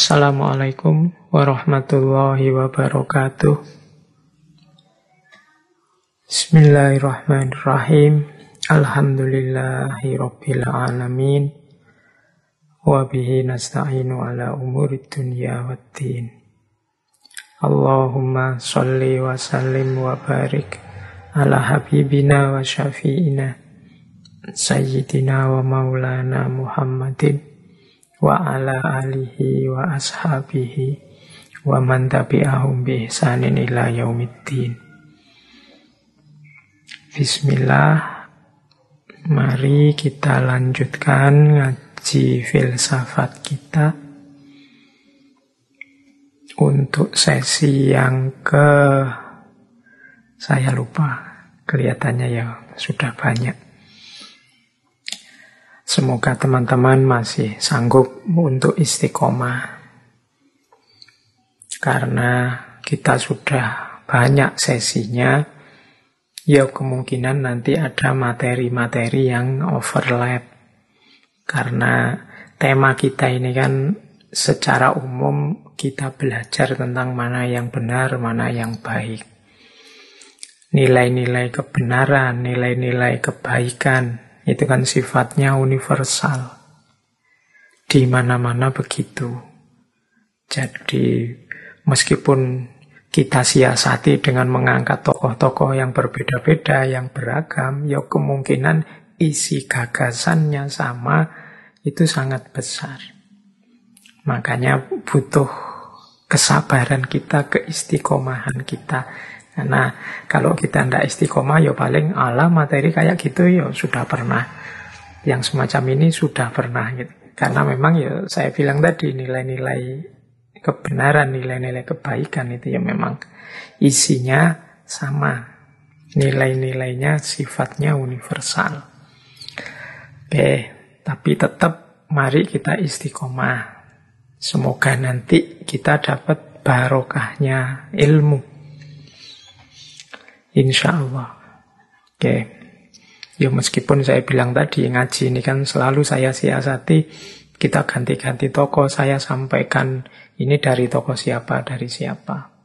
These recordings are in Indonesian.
Assalamualaikum warahmatullahi wabarakatuh. Bismillahirrahmanirrahim. Alhamdulillahi rabbil alamin. Wa bihi nasta'inu ala umurid dunya waddin. Allahumma sholli wa sallim wa barik ala habibina wa syafi'ina sayyidina wa maulana Muhammadin wa ala alihi wa ashabihi wa man tabi'ahum bi ihsanin ila yaumiddin. Bismillah. Mari kita lanjutkan ngaji filsafat kita untuk sesi yang saya lupa, kelihatannya ya sudah banyak. Semoga teman-teman masih sanggup untuk istiqomah. Karena kita sudah banyak sesinya, ya kemungkinan nanti ada materi-materi yang overlap. Karena tema kita ini kan secara umum kita belajar tentang mana yang benar, mana yang baik. Nilai-nilai kebenaran, nilai-nilai kebaikan, itu kan sifatnya universal. Di mana-mana begitu. Jadi meskipun kita siasati dengan mengangkat tokoh-tokoh yang berbeda-beda, yang beragam, ya kemungkinan isi gagasannya sama, itu sangat besar. Makanya butuh kesabaran kita, keistiqomahan kita. Karena kalau kita tidak istiqomah, ya paling ala materi kayak gitu ya sudah pernah. Yang semacam ini sudah pernah gitu. Karena memang ya saya bilang tadi nilai-nilai kebenaran, nilai-nilai kebaikan itu ya memang isinya sama. Nilai-nilainya sifatnya universal. Oke, tapi tetap mari kita istiqomah. Semoga nanti kita dapat barokahnya ilmu. Insya Allah. Oke. Ya meskipun saya bilang tadi ngaji ini kan selalu saya siasati, kita ganti-ganti tokoh, saya sampaikan ini dari tokoh siapa, dari siapa.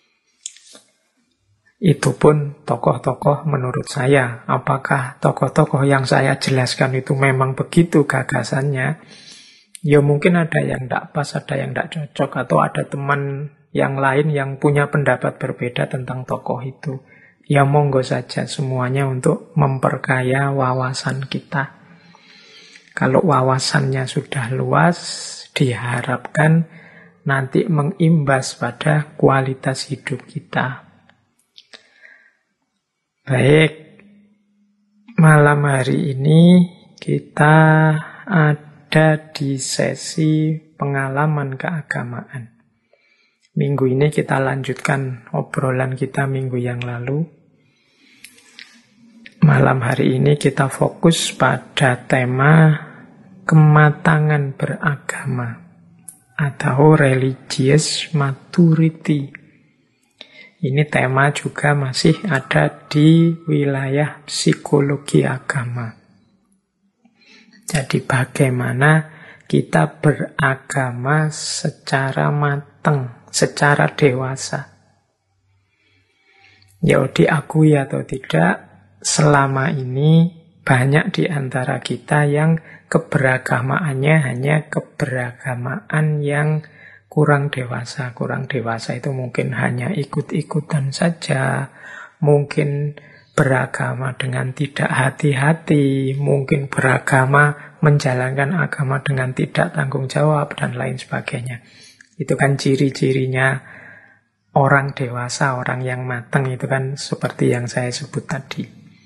Itu pun tokoh-tokoh menurut saya. Apakah tokoh-tokoh yang saya jelaskan itu memang begitu gagasannya? Ya mungkin ada yang tidak pas, ada yang tidak cocok, atau ada teman yang lain yang punya pendapat berbeda tentang tokoh itu. Ya monggo saja, semuanya untuk memperkaya wawasan kita. Kalau wawasannya sudah luas, diharapkan nanti mengimbas pada kualitas hidup kita. Baik, malam hari ini kita ada di sesi pengalaman keagamaan. Minggu ini kita lanjutkan obrolan kita minggu yang lalu. Malam hari ini kita fokus pada tema kematangan beragama atau religious maturity. Ini tema juga masih ada di wilayah psikologi agama. Jadi bagaimana kita beragama secara matang, secara dewasa. Ya diakui atau tidak, selama ini banyak di antara kita yang keberagamaannya hanya keberagamaan yang kurang dewasa. Kurang dewasa itu mungkin hanya ikut-ikutan saja, mungkin beragama dengan tidak hati-hati, mungkin beragama menjalankan agama dengan tidak tanggung jawab, dan lain sebagainya. Itu kan ciri-cirinya orang dewasa, orang yang matang, itu kan seperti yang saya sebut tadi.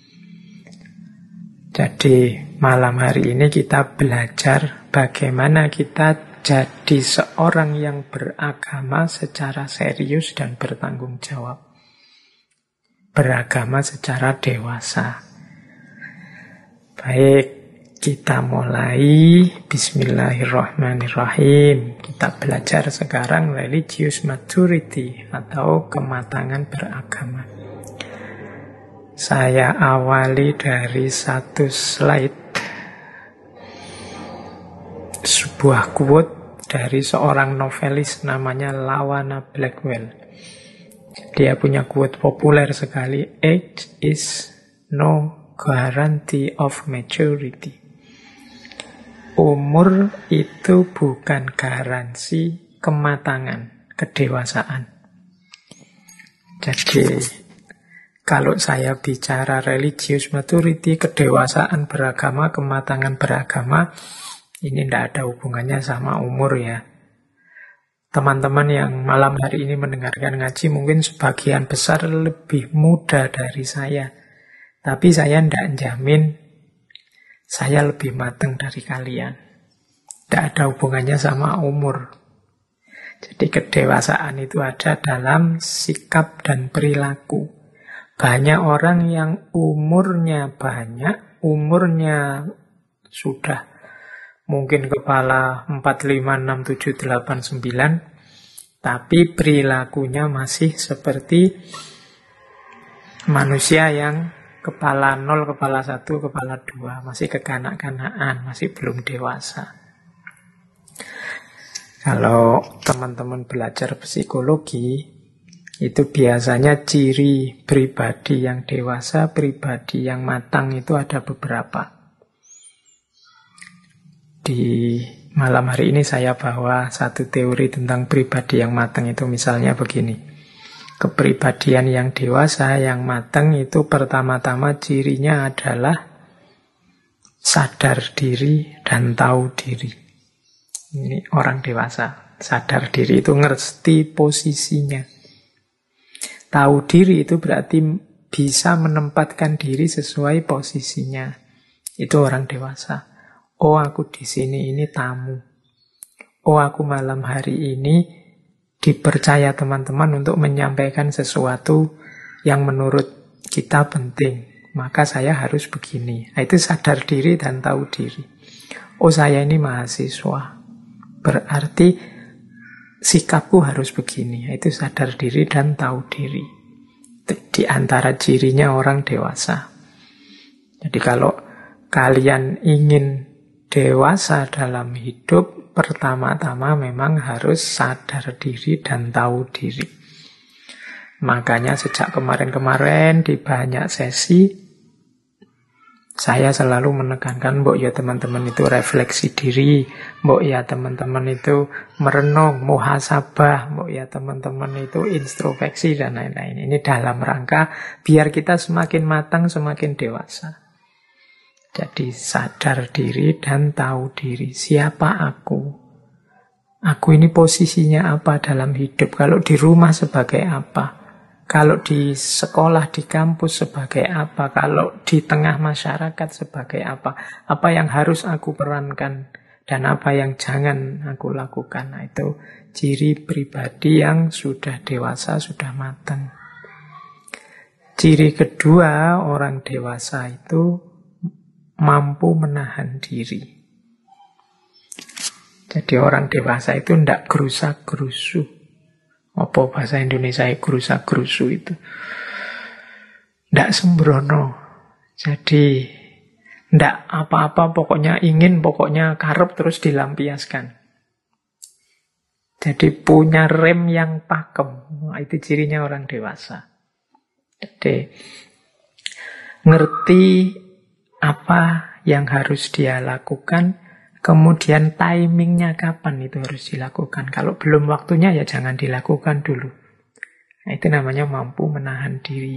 Jadi malam hari ini kita belajar bagaimana kita jadi seorang yang beragama secara serius dan bertanggung jawab. Beragama secara dewasa. Baik, kita mulai. Bismillahirrahmanirrahim. Kita belajar sekarang religious maturity atau kematangan beragama. Saya awali dari satu slide, sebuah quote dari seorang novelis namanya Lawana Blackwell. Dia punya quote populer sekali, "Age is no guarantee of maturity." Umur itu bukan garansi kematangan, kedewasaan. Jadi, kalau saya bicara religious maturity, kedewasaan beragama, kematangan beragama, ini tidak ada hubungannya sama umur ya. Teman-teman yang malam hari ini mendengarkan ngaji mungkin sebagian besar lebih muda dari saya. Tapi saya tidak jamin saya lebih matang dari kalian. Tidak ada hubungannya sama umur. Jadi kedewasaan itu ada dalam sikap dan perilaku. Banyak orang yang umurnya banyak, umurnya sudah mungkin kepala 4, 5, 6, 7, 8, 9, tapi perilakunya masih seperti manusia yang kepala 0, kepala 1, kepala 2, masih kekanak-kanakan, masih belum dewasa. Kalau teman-teman belajar psikologi, itu biasanya ciri pribadi yang dewasa, pribadi yang matang itu ada beberapa. Di malam hari ini saya bawa satu teori tentang pribadi yang matang itu misalnya begini. Kepribadian yang dewasa, yang matang itu pertama-tama cirinya adalah sadar diri dan tahu diri. Ini orang dewasa. Sadar diri itu ngerti posisinya. Tahu diri itu berarti bisa menempatkan diri sesuai posisinya. Itu orang dewasa. Oh, aku di sini ini tamu. Oh, aku malam hari ini dipercaya teman-teman untuk menyampaikan sesuatu yang menurut kita penting. Maka saya harus begini. Nah, itu sadar diri dan tahu diri. Oh, saya ini mahasiswa. Berarti sikapku harus begini. Itu sadar diri dan tahu diri. Di antara cirinya orang dewasa. Jadi kalau kalian ingin dewasa dalam hidup, pertama-tama memang harus sadar diri dan tahu diri. Makanya sejak kemarin-kemarin di banyak sesi, saya selalu menekankan, mbok ya teman-teman itu refleksi diri, mbok ya teman-teman itu merenung, muhasabah, mbok ya teman-teman itu introspeksi dan lain-lain. Ini dalam rangka biar kita semakin matang, semakin dewasa. Jadi sadar diri dan tahu diri. Siapa aku? Aku ini posisinya apa dalam hidup? Kalau di rumah sebagai apa? Kalau di sekolah, di kampus sebagai apa? Kalau di tengah masyarakat sebagai apa? Apa yang harus aku perankan dan apa yang jangan aku lakukan? Nah, itu ciri pribadi yang sudah dewasa, sudah matang. Ciri kedua orang dewasa itu mampu menahan diri. Jadi orang dewasa itu tidak gerusak-gerusu. Apa bahasa Indonesia gerusak-gerusu itu? Tidak sembrono. Jadi tidak apa-apa, pokoknya ingin, pokoknya karep terus dilampiaskan. Jadi punya rem yang pakem. Nah, itu cirinya orang dewasa. Jadi ngerti apa yang harus dia lakukan, kemudian timingnya kapan itu harus dilakukan. Kalau belum waktunya ya jangan dilakukan dulu. Nah, itu namanya mampu menahan diri.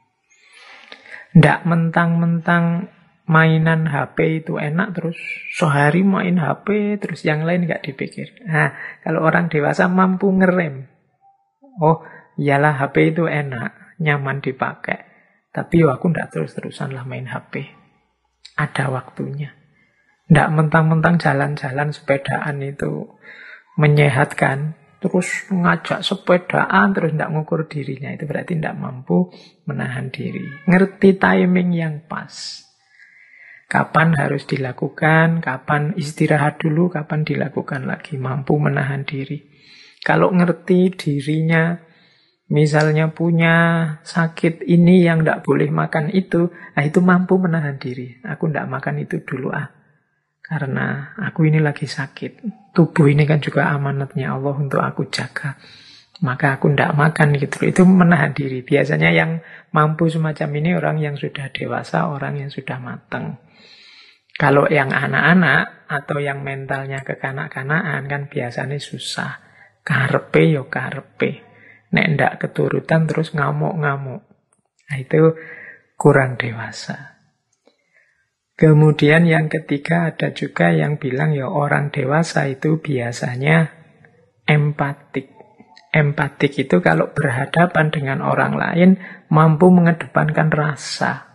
Ndak mentang-mentang mainan HP itu enak terus sehari main HP terus yang lain nggak dipikir. Nah, kalau orang dewasa mampu ngerem. Oh, iyalah HP itu enak, nyaman dipakai. Tapi aku ndak terus-terusan lah main HP. Ada waktunya. Ndak mentang-mentang jalan-jalan sepedaan itu menyehatkan, terus ngajak sepedaan, terus ndak ngukur dirinya. Itu berarti ndak mampu menahan diri. Ngerti timing yang pas. Kapan harus dilakukan, kapan istirahat dulu, kapan dilakukan lagi. Mampu menahan diri. Kalau ngerti dirinya, misalnya punya sakit ini yang tidak boleh makan itu, nah itu mampu menahan diri. Aku tidak makan itu dulu Karena aku ini lagi sakit. Tubuh ini kan juga amanatnya Allah untuk aku jaga. Maka aku tidak makan gitu. Itu menahan diri. Biasanya yang mampu semacam ini orang yang sudah dewasa, orang yang sudah matang. Kalau yang anak-anak atau yang mentalnya kekanak-kanakan kan biasanya susah. Karepe yo karepe. Nek ndak keturutan terus ngamuk-ngamuk. Nah, itu kurang dewasa. Kemudian yang ketiga ada juga yang bilang ya orang dewasa itu biasanya empatik. Empatik itu kalau berhadapan dengan orang lain mampu mengedepankan rasa.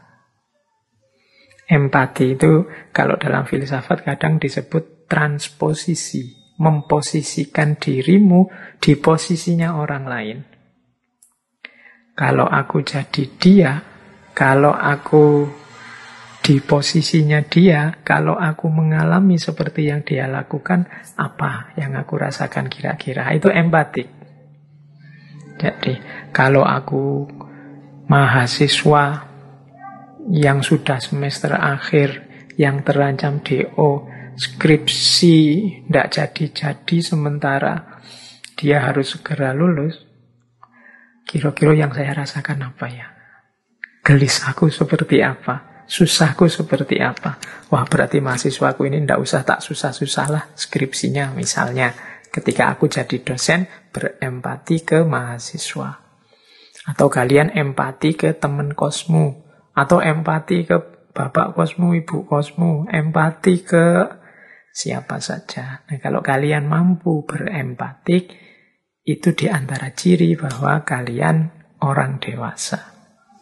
Empati itu kalau dalam filsafat kadang disebut transposisi. Memposisikan dirimu di posisinya orang lain. Kalau aku jadi dia, kalau aku di posisinya dia, kalau aku mengalami seperti yang dia lakukan, apa yang aku rasakan kira-kira? Itu empatik. Jadi, kalau aku mahasiswa yang sudah semester akhir, yang terancam DO, skripsi tidak jadi-jadi sementara dia harus segera lulus, kira-kira yang saya rasakan apa ya? Gelis aku seperti apa? Susahku seperti apa? Wah, berarti mahasiswaku ini tidak usah tak susah-susah lah skripsinya misalnya. Ketika aku jadi dosen, berempati ke mahasiswa. Atau kalian empati ke teman kosmu. Atau empati ke bapak kosmu, ibu kosmu. Empati ke siapa saja. Nah, kalau kalian mampu berempatik, itu di antara ciri bahwa kalian orang dewasa.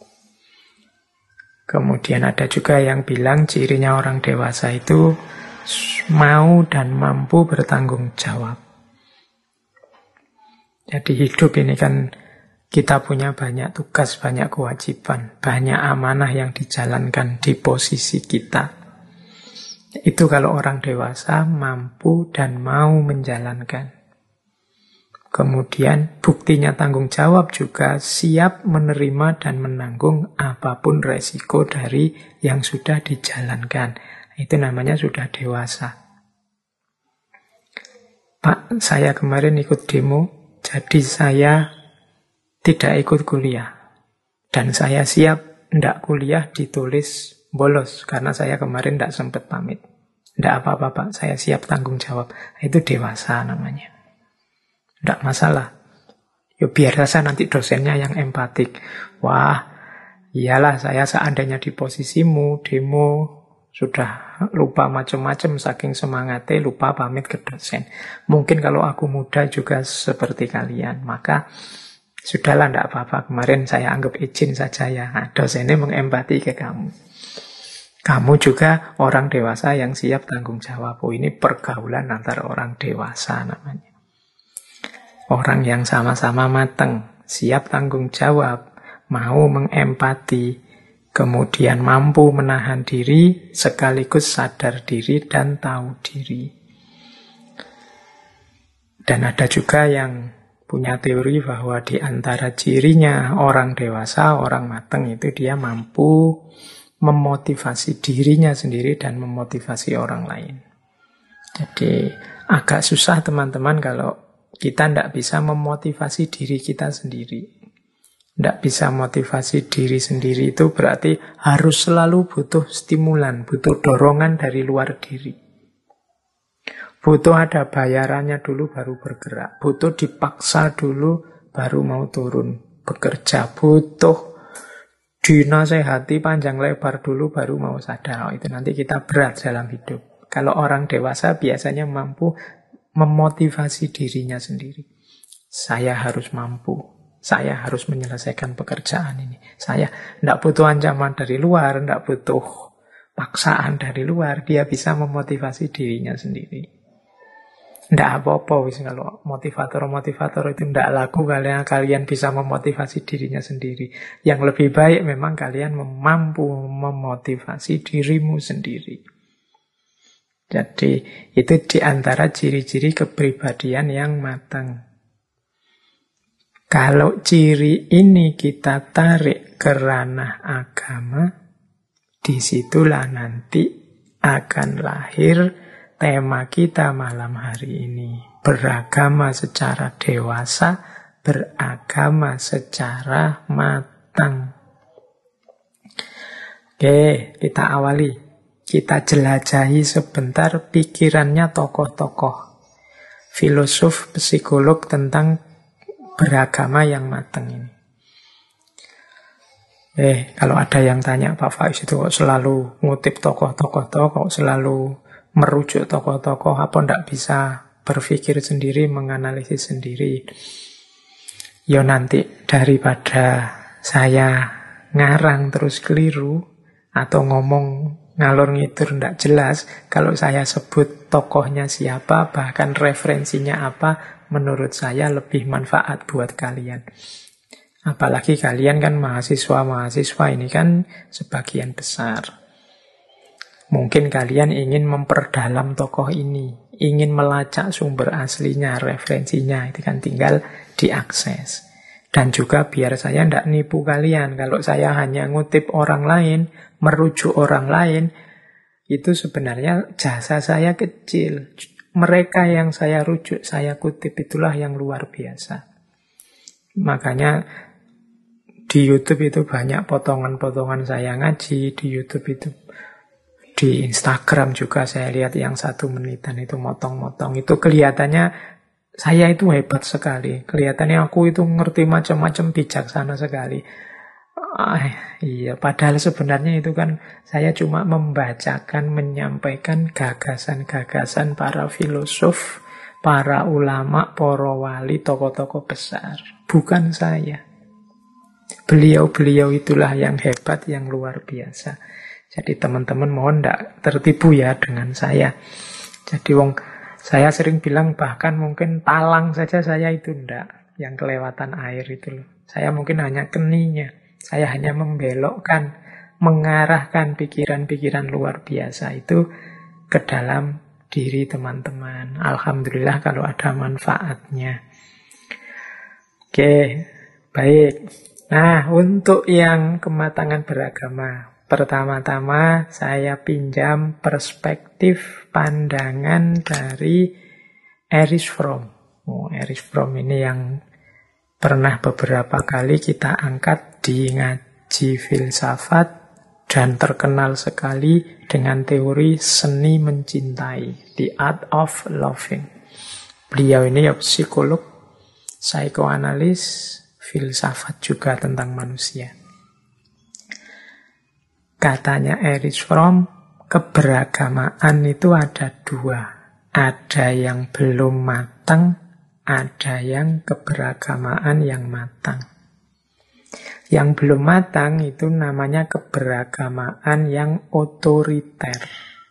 Kemudian ada juga yang bilang cirinya orang dewasa itu mau dan mampu bertanggung jawab. Jadi hidup ini kan kita punya banyak tugas, banyak kewajiban, banyak amanah yang dijalankan di posisi kita. Itu kalau orang dewasa mampu dan mau menjalankan. Kemudian buktinya tanggung jawab juga siap menerima dan menanggung apapun resiko dari yang sudah dijalankan. Itu namanya sudah dewasa. Pak, saya kemarin ikut demo, jadi saya tidak ikut kuliah. Dan saya siap tidak kuliah ditulis bolos, karena saya kemarin tidak sempat pamit. Tidak apa-apa Pak, saya siap tanggung jawab. Itu dewasa namanya. Tidak masalah. Ya biar saja nanti dosennya yang empatik. Wah, iyalah saya seandainya di posisimu, demo, sudah lupa macam-macam saking semangatnya, lupa pamit ke dosen. Mungkin kalau aku muda juga seperti kalian, maka sudahlah, tidak apa-apa. Kemarin saya anggap izin saja ya. Nah, dosennya mengempati ke kamu. Kamu juga orang dewasa yang siap tanggung jawab. Oh, ini pergaulan antara orang dewasa namanya. Orang yang sama-sama matang, siap tanggung jawab, mau mengempati, kemudian mampu menahan diri, sekaligus sadar diri dan tahu diri. Dan ada juga yang punya teori bahwa di antara cirinya orang dewasa, orang matang itu dia mampu memotivasi dirinya sendiri dan memotivasi orang lain. Jadi agak susah teman-teman kalau kita tidak bisa memotivasi diri kita sendiri. Tidak bisa motivasi diri sendiri itu berarti harus selalu butuh stimulan, butuh dorongan dari luar diri. Butuh ada bayarannya dulu baru bergerak. Butuh dipaksa dulu baru mau turun bekerja. Butuh dinasehati panjang lebar dulu baru mau sadar. Oh, itu nanti kita berat dalam hidup. Kalau orang dewasa biasanya mampu memotivasi dirinya sendiri. Saya harus mampu. Saya harus menyelesaikan pekerjaan ini. Saya tidak butuh ancaman dari luar, tidak butuh paksaan dari luar. Dia bisa memotivasi dirinya sendiri. Tidak apa-apa kalau motivator-motivator itu tidak laku, kalian bisa memotivasi dirinya sendiri. Yang lebih baik memang kalian mampu memotivasi dirimu sendiri. Jadi itu diantara ciri-ciri kepribadian yang matang. Kalau ciri ini kita tarik ke ranah agama, disitulah nanti akan lahir tema kita malam hari ini. Beragama secara dewasa, beragama secara matang. Oke, kita awali. Kita jelajahi sebentar pikirannya tokoh-tokoh filosof, psikolog tentang beragama yang matang ini. Kalau ada yang tanya, Pak Faiz itu kok selalu ngutip tokoh-tokoh, kok selalu merujuk tokoh-tokoh, apa ndak bisa berpikir sendiri, menganalisis sendiri? Ya nanti daripada saya ngarang terus keliru, atau ngomong ngalor ngidur ndak jelas, kalau saya sebut tokohnya siapa, bahkan referensinya apa, menurut saya lebih manfaat buat kalian. Apalagi kalian kan mahasiswa-mahasiswa ini kan sebagian besar. Mungkin kalian ingin memperdalam tokoh ini, ingin melacak sumber aslinya, referensinya, itu kan tinggal diakses. Dan juga biar saya tidak nipu kalian, kalau saya hanya ngutip orang lain, merujuk orang lain, itu sebenarnya jasa saya kecil. Mereka yang saya rujuk, saya kutip, itulah yang luar biasa. Makanya di YouTube itu banyak potongan-potongan saya ngaji, di YouTube itu, di Instagram juga saya lihat yang 1 menitan itu motong-motong. Itu kelihatannya saya itu hebat sekali. Kelihatannya aku itu ngerti macam-macam, bijaksana sekali. Iya, padahal sebenarnya itu kan saya cuma membacakan, menyampaikan gagasan-gagasan para filosof, para ulama, para wali, tokoh-tokoh besar. Bukan saya. Beliau-beliau itulah yang hebat, yang luar biasa. Jadi teman-teman mohon tidak tertipu ya dengan saya. Jadi saya sering bilang bahkan mungkin talang saja saya itu ndak, yang kelewatan air itu loh. Saya mungkin hanya keninya. Saya hanya membelokkan, mengarahkan pikiran-pikiran luar biasa itu ke dalam diri teman-teman. Alhamdulillah kalau ada manfaatnya. Oke, baik. Nah, untuk yang kematangan beragama, pertama-tama saya pinjam perspektif pandangan dari Erich Fromm. Erich Fromm ini yang pernah beberapa kali kita angkat di ngaji filsafat dan terkenal sekali dengan teori seni mencintai, The Art of Loving. Beliau ini ya psikolog, psikoanalis, filsafat juga tentang manusia. Katanya Erich Fromm, keberagamaan itu ada 2. Ada yang belum matang, ada yang keberagamaan yang matang. Yang belum matang itu namanya keberagamaan yang otoriter.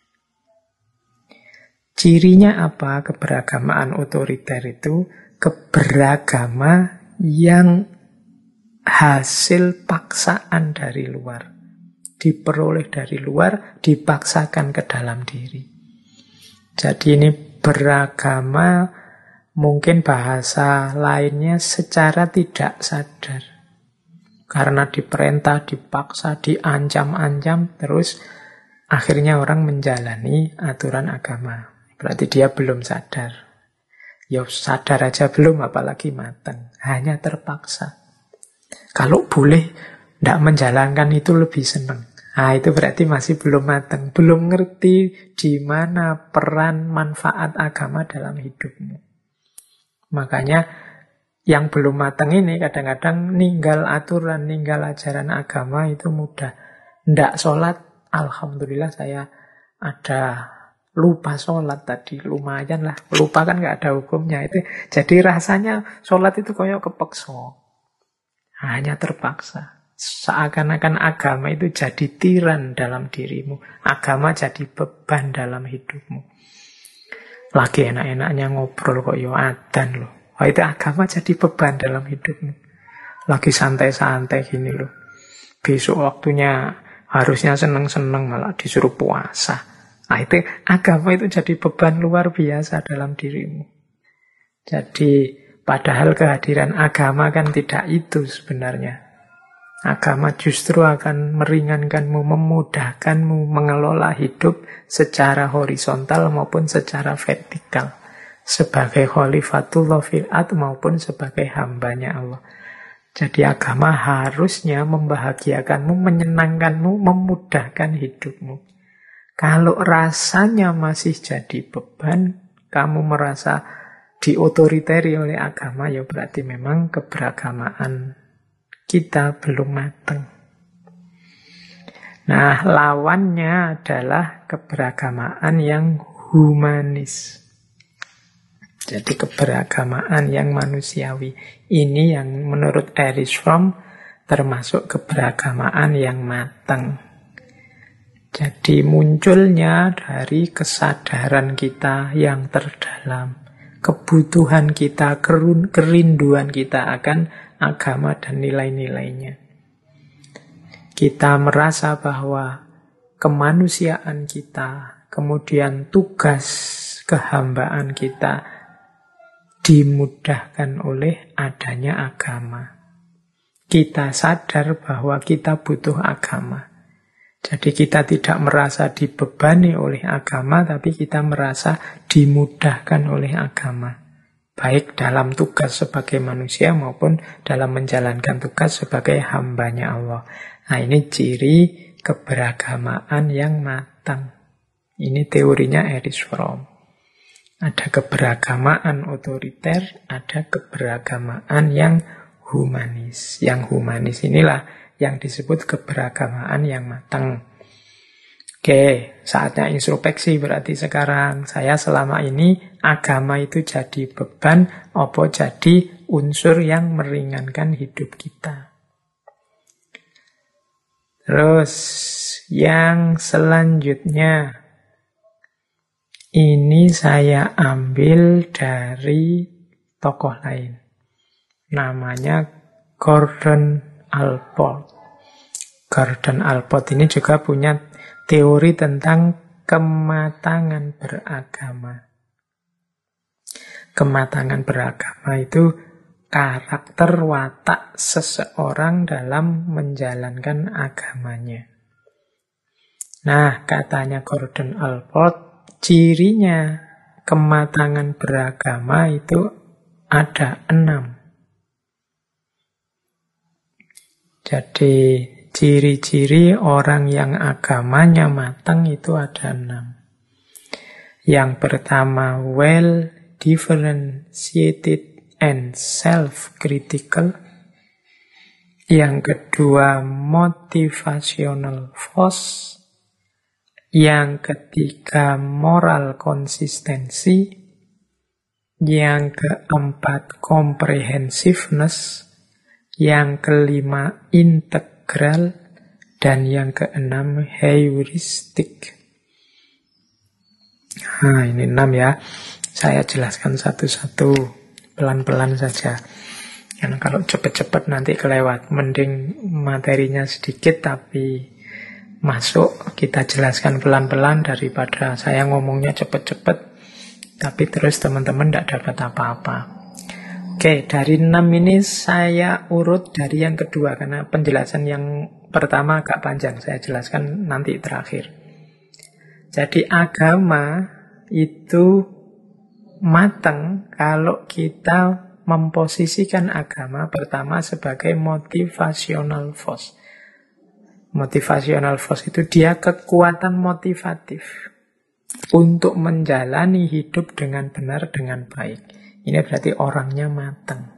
Cirinya apa keberagamaan otoriter itu? Keberagama yang hasil paksaan dari luar. Diperoleh dari luar, dipaksakan ke dalam diri. Jadi ini beragama, mungkin bahasa lainnya secara tidak sadar. Karena diperintah, dipaksa, diancam-ancam, terus akhirnya orang menjalani aturan agama. Berarti dia belum sadar. Ya sadar aja belum, apalagi matang. Hanya terpaksa. Kalau boleh tidak menjalankan itu lebih senang. Nah, itu berarti masih belum matang. Belum ngerti di mana peran manfaat agama dalam hidupmu. Makanya yang belum matang ini kadang-kadang ninggal aturan, ninggal ajaran agama itu mudah. Ndak sholat, alhamdulillah saya ada lupa sholat tadi, lumayan lah. Lupa kan nggak ada hukumnya itu. Jadi rasanya sholat itu kayak kepeksa. Hanya terpaksa. Seakan-akan agama itu jadi tiran dalam dirimu. Agama jadi beban dalam hidupmu. Lagi enak-enaknya ngobrol kok yo adan loh. Wah, itu agama jadi beban dalam hidupmu. Lagi santai-santai gini loh. Besok waktunya harusnya seneng-seneng malah disuruh puasa. Nah, itu agama itu jadi beban luar biasa dalam dirimu. Jadi padahal kehadiran agama kan tidak itu sebenarnya. Agama justru akan meringankanmu, memudahkanmu mengelola hidup secara horizontal maupun secara vertikal. Sebagai khalifatullah fil ard maupun sebagai hambanya Allah. Jadi agama harusnya membahagiakanmu, menyenangkanmu, memudahkan hidupmu. Kalau rasanya masih jadi beban, kamu merasa diotoriteri oleh agama, ya berarti memang keberagamaan kita belum matang. Nah, lawannya adalah keberagamaan yang humanis. Jadi keberagamaan yang manusiawi. Ini yang menurut Erich Fromm termasuk keberagamaan yang matang. Jadi munculnya dari kesadaran kita yang terdalam, kebutuhan kita, kerinduan kita akan agama dan nilai-nilainya. Kita merasa bahwa kemanusiaan kita, kemudian tugas kehambaan kita dimudahkan oleh adanya agama. Kita sadar bahwa kita butuh agama. Jadi kita tidak merasa dibebani oleh agama, tapi kita merasa dimudahkan oleh agama. Baik dalam tugas sebagai manusia maupun dalam menjalankan tugas sebagai hambanya Allah. Nah, ini ciri keberagamaan yang matang. Ini teorinya Erich Fromm. Ada keberagamaan otoriter, ada keberagamaan yang humanis. Yang humanis inilah yang disebut keberagamaan yang matang. Oke, saatnya introspeksi berarti sekarang. Saya selama ini agama itu jadi beban, apa jadi unsur yang meringankan hidup kita. Terus, yang selanjutnya, ini saya ambil dari tokoh lain. Namanya Gordon Allport. Gordon Allport ini juga punya teori tentang kematangan beragama. Kematangan beragama itu karakter watak seseorang dalam menjalankan agamanya. Nah, katanya Gordon Allport, cirinya kematangan beragama itu ada 6. Jadi ciri-ciri orang yang agamanya matang itu ada 6. Yang pertama, well differentiated and self-critical. Yang kedua, motivational force. Yang ketiga, moral konsistensi. Yang keempat, comprehensiveness. Yang kelima, integral. Dan yang keenam, heuristik. Nah, ini 6 ya. Saya jelaskan satu-satu, pelan-pelan saja. Karena kalau cepat-cepat nanti kelewat. Mending materinya sedikit tapi masuk, kita jelaskan pelan-pelan daripada saya ngomongnya cepat-cepat tapi terus teman-teman tidak dapat apa-apa. Oke, dari 6 ini saya urut dari yang kedua, karena penjelasan yang pertama agak panjang, saya jelaskan nanti terakhir. Jadi agama itu matang kalau kita memposisikan agama pertama sebagai motivational force. Motivational force itu dia kekuatan motivatif untuk menjalani hidup dengan benar, dengan baik. Ini berarti orangnya matang.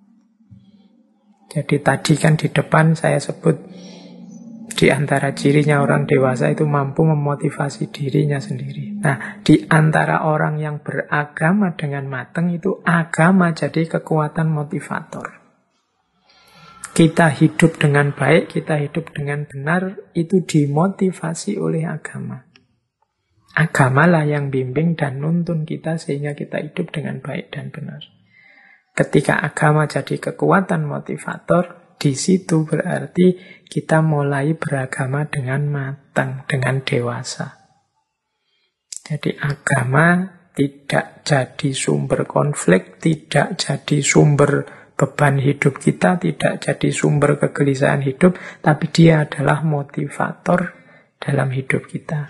Jadi tadi kan di depan saya sebut di antara cirinya orang dewasa itu mampu memotivasi dirinya sendiri. Nah, di antara orang yang beragama dengan matang itu agama jadi kekuatan motivator. Kita hidup dengan baik, kita hidup dengan benar, itu dimotivasi oleh agama. Agamalah yang bimbing dan nuntun kita sehingga kita hidup dengan baik dan benar. Ketika agama jadi kekuatan motivator, di situ berarti kita mulai beragama dengan matang, dengan dewasa. Jadi agama tidak jadi sumber konflik, tidak jadi sumber beban hidup kita, tidak jadi sumber kegelisahan hidup, tapi dia adalah motivator dalam hidup kita.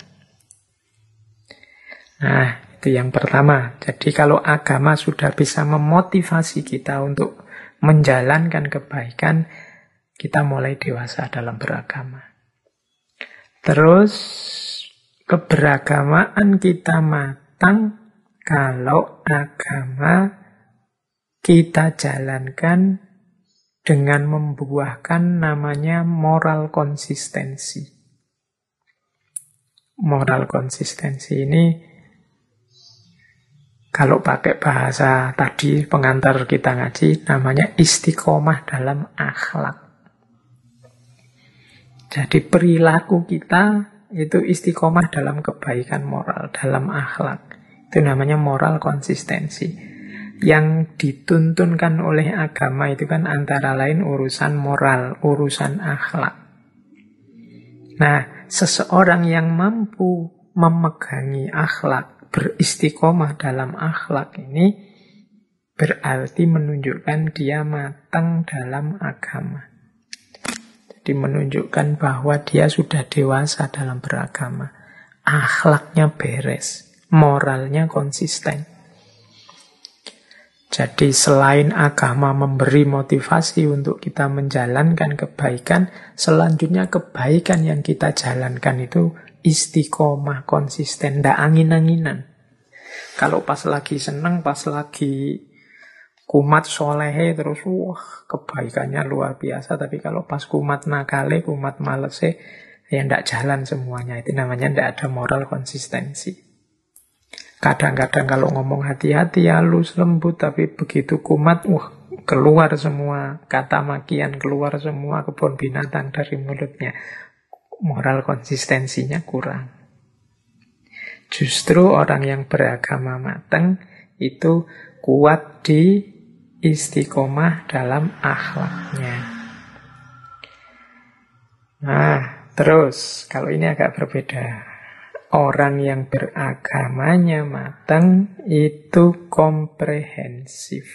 Nah, itu yang pertama. Jadi kalau agama sudah bisa memotivasi kita untuk menjalankan kebaikan, kita mulai dewasa dalam beragama. Terus, keberagamaan kita matang kalau agama kita jalankan dengan membuahkan namanya moral konsistensi. Moral konsistensi ini, kalau pakai bahasa tadi pengantar kita ngaji, namanya istiqomah dalam akhlak. Jadi perilaku kita itu istiqomah dalam kebaikan moral, dalam akhlak. Itu namanya moral konsistensi. Yang dituntunkan oleh agama itu kan antara lain urusan moral, urusan akhlak. Nah, seseorang yang mampu memegangi akhlak, beristiqomah dalam akhlak ini berarti menunjukkan dia matang dalam agama. Jadi menunjukkan bahwa dia sudah dewasa dalam beragama. Akhlaknya beres, moralnya konsisten. Jadi selain agama memberi motivasi untuk kita menjalankan kebaikan, selanjutnya kebaikan yang kita jalankan itu istiqomah, konsisten, tidak angin-anginan. Kalau pas lagi seneng, pas lagi kumat solehe, terus wah kebaikannya luar biasa. Tapi kalau pas kumat nakale, kumat malese, ya tidak jalan semuanya. Itu namanya tidak ada moral konsistensi. Kadang-kadang kalau ngomong hati-hati, halus, lembut, tapi begitu kumat, wah keluar semua kata makian, keluar semua kebun binatang dari mulutnya. Moral konsistensinya kurang. Justru orang yang beragama matang itu kuat di istiqomah dalam akhlaknya. Nah, terus kalau ini agak berbeda. Orang yang beragamanya matang itu komprehensif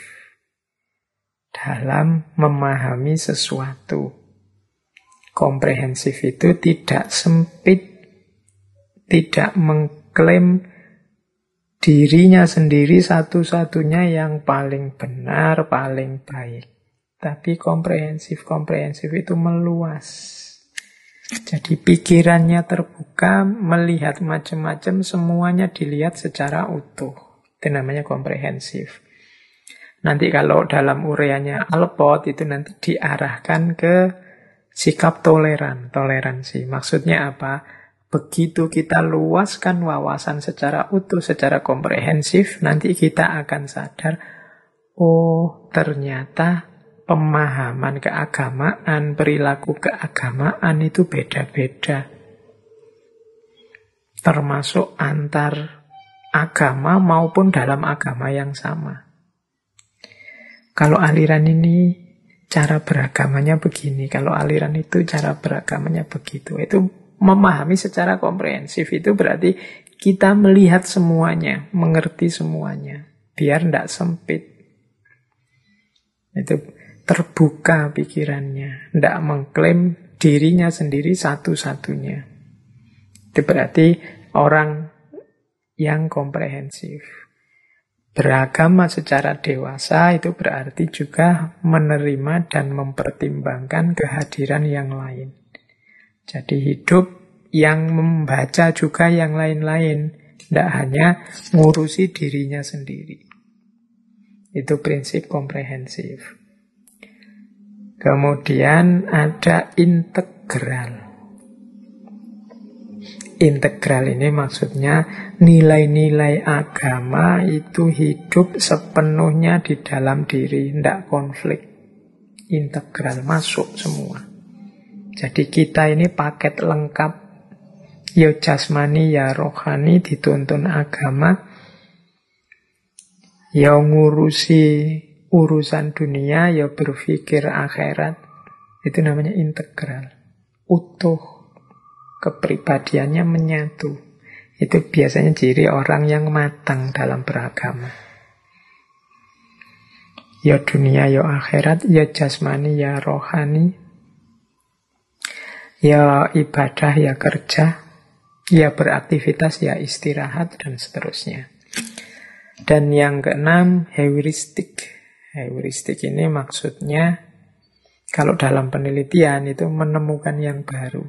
dalam memahami sesuatu. Komprehensif itu tidak sempit, tidak mengklaim dirinya sendiri satu-satunya yang paling benar, paling baik. Tapi komprehensif itu meluas. Jadi pikirannya terbuka, melihat macam-macam, semuanya dilihat secara utuh. Itu namanya komprehensif. Nanti kalau dalam uraiannya Alpot itu nanti diarahkan ke sikap toleransi. Maksudnya apa? Begitu kita luaskan wawasan secara utuh, secara komprehensif, nanti kita akan sadar, oh ternyata pemahaman keagamaan, perilaku keagamaan itu beda-beda. Termasuk antar agama maupun dalam agama yang sama. Kalau aliran ini cara beragamanya begini, kalau aliran itu cara beragamanya begitu. Itu memahami secara komprehensif, itu berarti kita melihat semuanya, mengerti semuanya, biar tidak sempit. Itu terbuka pikirannya, tidak mengklaim dirinya sendiri satu-satunya. Itu berarti orang yang komprehensif. Beragama secara dewasa itu berarti juga menerima dan mempertimbangkan kehadiran yang lain. Jadi hidup yang membaca juga yang lain-lain, tidak hanya ngurusi dirinya sendiri. Itu prinsip komprehensif. Kemudian ada integral. Integral ini maksudnya nilai-nilai agama itu hidup sepenuhnya di dalam diri, tidak konflik. Integral, masuk semua. Jadi kita ini paket lengkap. Ya jasmani, ya rohani, dituntun agama. Ya ngurusi urusan dunia, ya berpikir akhirat. Itu namanya integral. Utuh. Kepribadiannya menyatu. Itu biasanya ciri orang yang matang dalam beragama. Ya dunia, ya akhirat, ya jasmani, ya rohani, ya ibadah, ya kerja, ya beraktivitas, ya istirahat, dan seterusnya. Dan yang keenam, heuristik. Heuristik ini maksudnya, kalau dalam penelitian itu menemukan yang baru.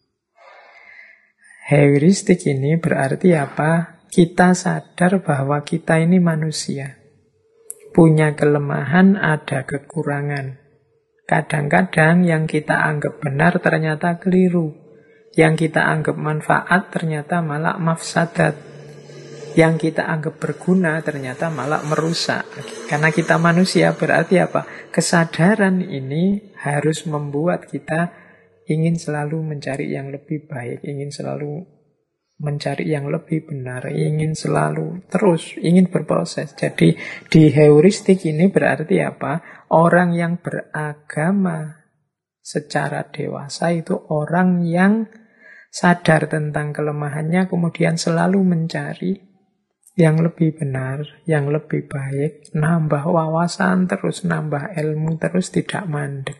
Heuristik ini berarti apa? Kita sadar bahwa kita ini manusia. Punya kelemahan, ada kekurangan. Kadang-kadang yang kita anggap benar ternyata keliru. Yang kita anggap manfaat ternyata malah mafsadat. Yang kita anggap berguna ternyata malah merusak. Karena kita manusia berarti apa? Kesadaran ini harus membuat kita ingin selalu mencari yang lebih baik, ingin selalu mencari yang lebih benar, ingin selalu terus, ingin berproses. Jadi di heuristik ini berarti apa? Orang yang beragama secara dewasa itu orang yang sadar tentang kelemahannya, kemudian selalu mencari yang lebih benar, yang lebih baik, nambah wawasan terus, nambah ilmu terus, tidak mandek.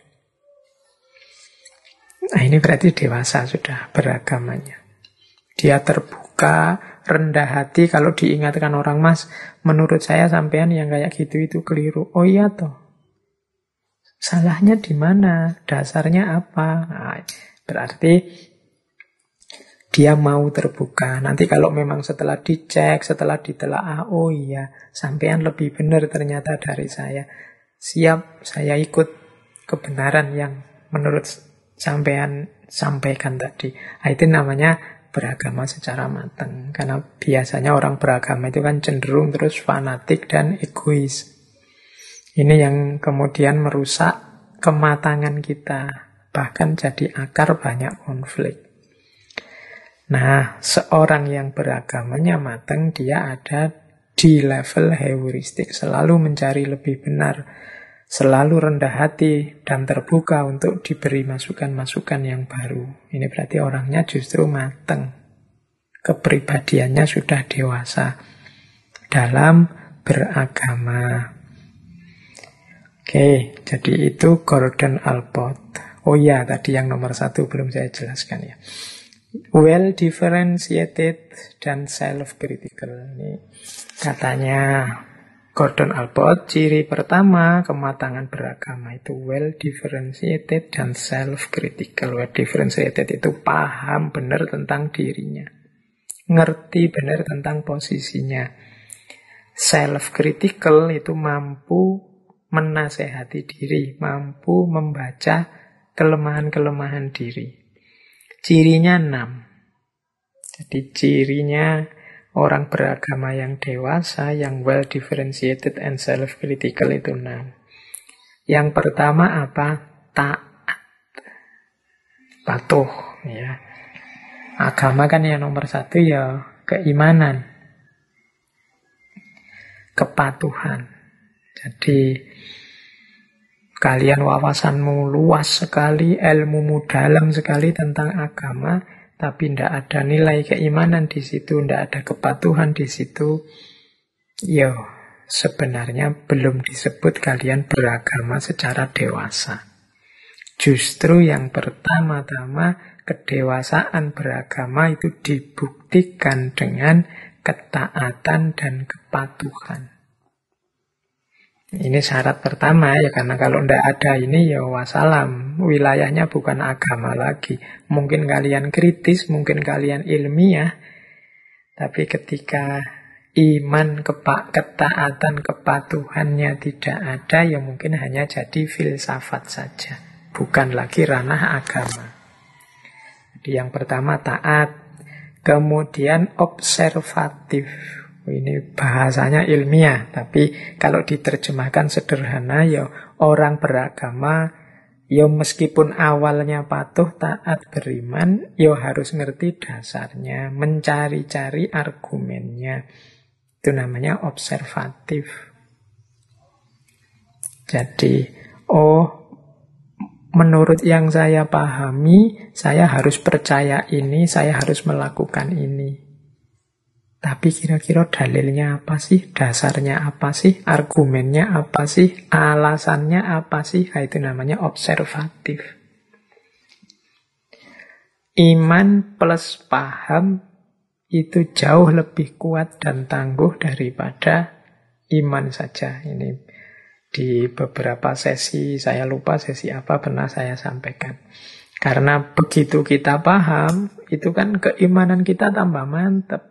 Nah, ini berarti dewasa sudah beragamanya. Dia terbuka, rendah hati. Kalau diingatkan orang, Mas, menurut saya sampean yang kayak gitu itu keliru. Oh iya toh. Salahnya di mana? Dasarnya apa? Nah, berarti dia mau terbuka. Nanti kalau memang setelah dicek, setelah ditelaah, oh iya, sampean lebih benar ternyata dari saya. Siap, saya ikut kebenaran yang menurut sampean sampaikan tadi. Nah, itu namanya beragama secara matang. Karena biasanya orang beragama itu kan cenderung terus fanatik dan egois. Ini yang kemudian merusak kematangan kita. Bahkan jadi akar banyak konflik. Nah, seorang yang beragamanya matang, dia ada di level heuristik. Selalu mencari lebih benar. Selalu rendah hati dan terbuka untuk diberi masukan-masukan yang baru. Ini berarti orangnya justru matang. Kepribadiannya sudah dewasa dalam beragama. Oke, jadi itu Gordon Allport. Oh ya, tadi yang nomor 1 belum saya jelaskan ya. Well differentiated dan self-critical. Ini katanya Gordon Allport, ciri pertama kematangan beragama itu well differentiated dan self-critical. Well differentiated itu paham benar tentang dirinya, ngerti benar tentang posisinya. Self-critical itu mampu menasehati diri, mampu membaca kelemahan-kelemahan diri. Cirinya 6. Jadi cirinya orang beragama yang dewasa, yang well differentiated and self-critical itu 6. Yang pertama apa? Taat. Patuh. Ya. Agama kan yang nomor 1 ya keimanan. Kepatuhan. Jadi kalian wawasanmu luas sekali, ilmumu dalam sekali tentang agama, tapi tidak ada nilai keimanan di situ, tidak ada kepatuhan di situ, ya sebenarnya belum disebut kalian beragama secara dewasa. Justru yang pertama-tama, kedewasaan beragama itu dibuktikan dengan ketaatan dan kepatuhan. Ini syarat pertama ya, karena kalau tidak ada ini ya wassalam, wilayahnya bukan agama lagi. Mungkin kalian kritis, mungkin kalian ilmiah, tapi ketika iman, ketaatan, kepatuhannya tidak ada, ya mungkin hanya jadi filsafat saja, bukan lagi ranah agama. Jadi yang pertama taat, kemudian observatif. Ini bahasanya ilmiah, tapi kalau diterjemahkan sederhana ya orang beragama ya meskipun awalnya patuh, taat, beriman, ya harus ngerti dasarnya, mencari-cari argumennya. Itu namanya observatif. Jadi, menurut yang saya pahami, saya harus percaya ini, saya harus melakukan ini. Tapi kira-kira dalilnya apa sih? Dasarnya apa sih? Argumennya apa sih? Alasannya apa sih? Nah, itu namanya observatif. Iman plus paham itu jauh lebih kuat dan tangguh daripada iman saja. Ini di beberapa sesi, saya lupa sesi apa pernah saya sampaikan. Karena begitu kita paham, itu kan keimanan kita tambah mantap.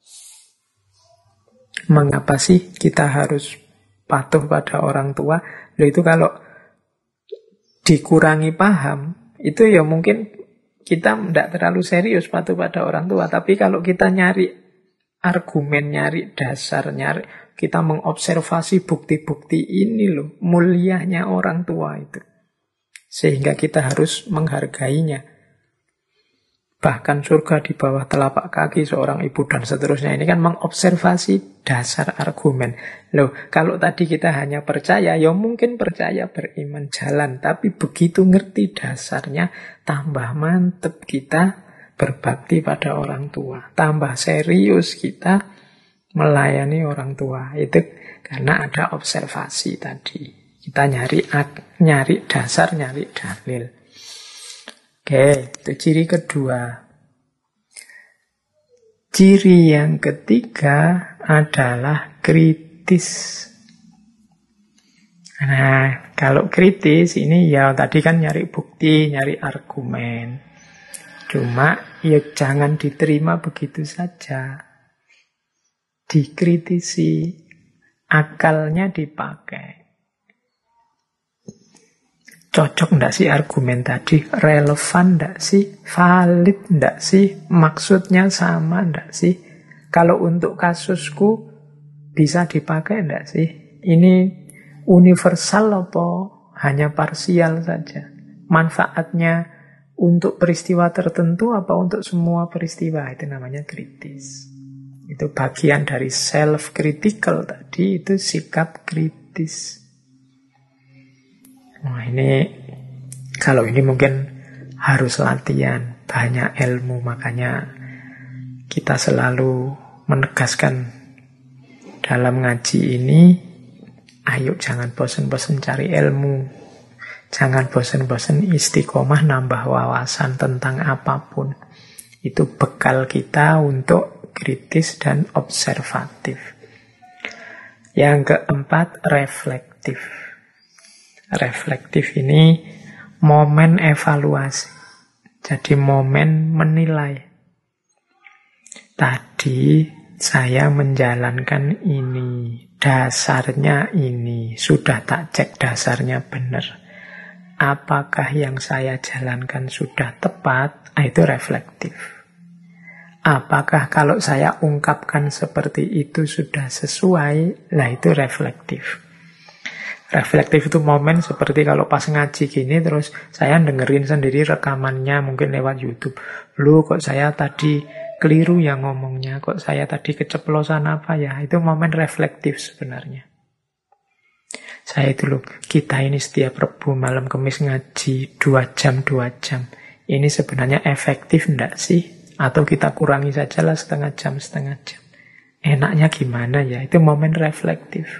Mengapa sih kita harus patuh pada orang tua? Loh, itu kalau dikurangi paham, itu ya mungkin kita tidak terlalu serius patuh pada orang tua. Tapi kalau kita nyari argumen, nyari dasar, kita mengobservasi bukti-bukti ini loh, mulianya orang tua itu. Sehingga kita harus menghargainya. Bahkan surga di bawah telapak kaki seorang ibu dan seterusnya. Ini kan mengobservasi dasar argumen. Loh, kalau tadi kita hanya percaya, ya mungkin percaya beriman jalan. Tapi begitu ngerti dasarnya, tambah mantep kita berbakti pada orang tua. Tambah serius kita melayani orang tua. Itu karena ada observasi tadi. Kita nyari dasar, nyari dalil. Oke, itu ciri kedua. Ciri yang ketiga adalah kritis. Nah, kalau kritis ini ya tadi kan nyari bukti, nyari argumen. Cuma ya jangan diterima begitu saja. Dikritisi, akalnya dipakai. Cocok enggak sih argumen tadi? Relevan enggak sih? Valid enggak sih? Maksudnya sama enggak sih? Kalau untuk kasusku bisa dipakai enggak sih? Ini universal apa hanya parsial saja? Manfaatnya untuk peristiwa tertentu apa untuk semua peristiwa? Itu namanya kritis. Itu bagian dari self-critical tadi, itu sikap kritis. Nah, ini kalau ini mungkin harus latihan, banyak ilmu, makanya kita selalu menegaskan dalam ngaji ini, ayo jangan bosan-bosan cari ilmu, jangan bosan-bosan istiqomah nambah wawasan tentang apapun. Itu bekal kita untuk kritis dan observatif. Yang keempat, reflektif. Reflektif ini momen evaluasi. Jadi momen menilai. Tadi saya menjalankan ini, dasarnya ini, sudah tak cek dasarnya benar. Apakah yang saya jalankan sudah tepat? Itu reflektif. Apakah kalau saya ungkapkan seperti itu sudah sesuai? Lah itu reflektif. Reflektif itu momen seperti kalau pas ngaji gini terus saya dengerin sendiri rekamannya mungkin lewat YouTube. Loh, kok saya tadi keliru ya ngomongnya, kok saya tadi keceplosan apa ya? Itu momen reflektif sebenarnya. Saya itu loh, kita ini setiap Rebu malam Kamis ngaji 2 jam. Ini sebenarnya efektif enggak sih? Atau kita kurangi sajalah setengah jam. Enaknya gimana ya? Itu momen reflektif.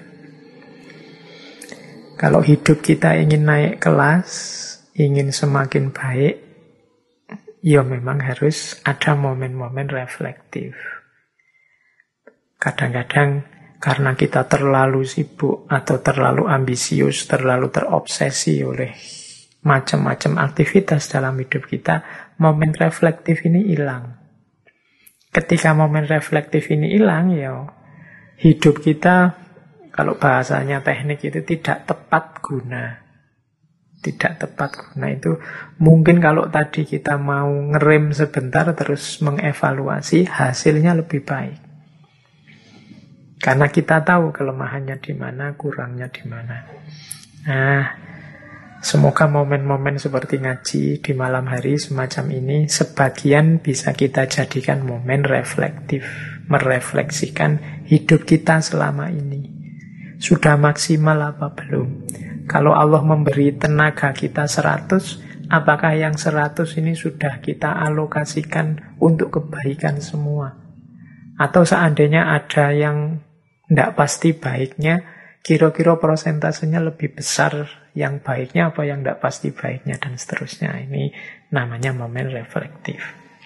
Kalau hidup kita ingin naik kelas, ingin semakin baik, ya memang harus ada momen-momen reflektif. Kadang-kadang karena kita terlalu sibuk atau terlalu ambisius, terlalu terobsesi oleh macam-macam aktivitas dalam hidup kita, momen reflektif ini hilang. Ketika momen reflektif ini hilang, ya hidup kita, kalau bahasanya teknik itu tidak tepat guna. Tidak tepat guna itu mungkin kalau tadi kita mau ngerem sebentar terus mengevaluasi, hasilnya lebih baik. Karena kita tahu kelemahannya di mana, kurangnya di mana. Nah, semoga momen-momen seperti ngaji di malam hari semacam ini sebagian bisa kita jadikan momen reflektif, merefleksikan hidup kita selama ini. Sudah maksimal apa belum? Kalau Allah memberi tenaga kita 100, apakah yang 100 ini sudah kita alokasikan untuk kebaikan semua? Atau seandainya ada yang tidak pasti baiknya, kira-kira persentasenya lebih besar yang baiknya apa yang tidak pasti baiknya, dan seterusnya. Ini namanya momen reflektif.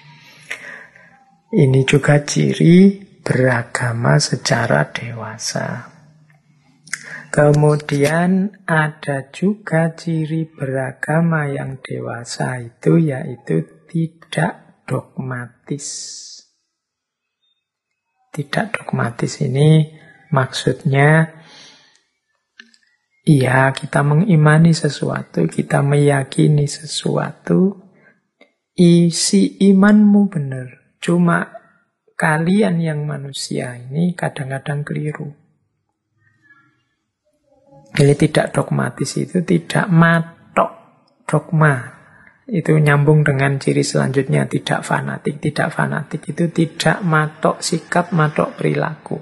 Ini juga ciri beragama secara dewasa. Kemudian ada juga ciri beragama yang dewasa itu, yaitu tidak dogmatis. Tidak dogmatis ini maksudnya, iya, kita mengimani sesuatu, kita meyakini sesuatu, isi imanmu benar. Cuma kalian yang manusia ini kadang-kadang keliru. Jadi tidak dogmatis itu tidak matok dogma. Itu nyambung dengan ciri selanjutnya, tidak fanatik. Tidak fanatik itu tidak matok sikap, matok perilaku.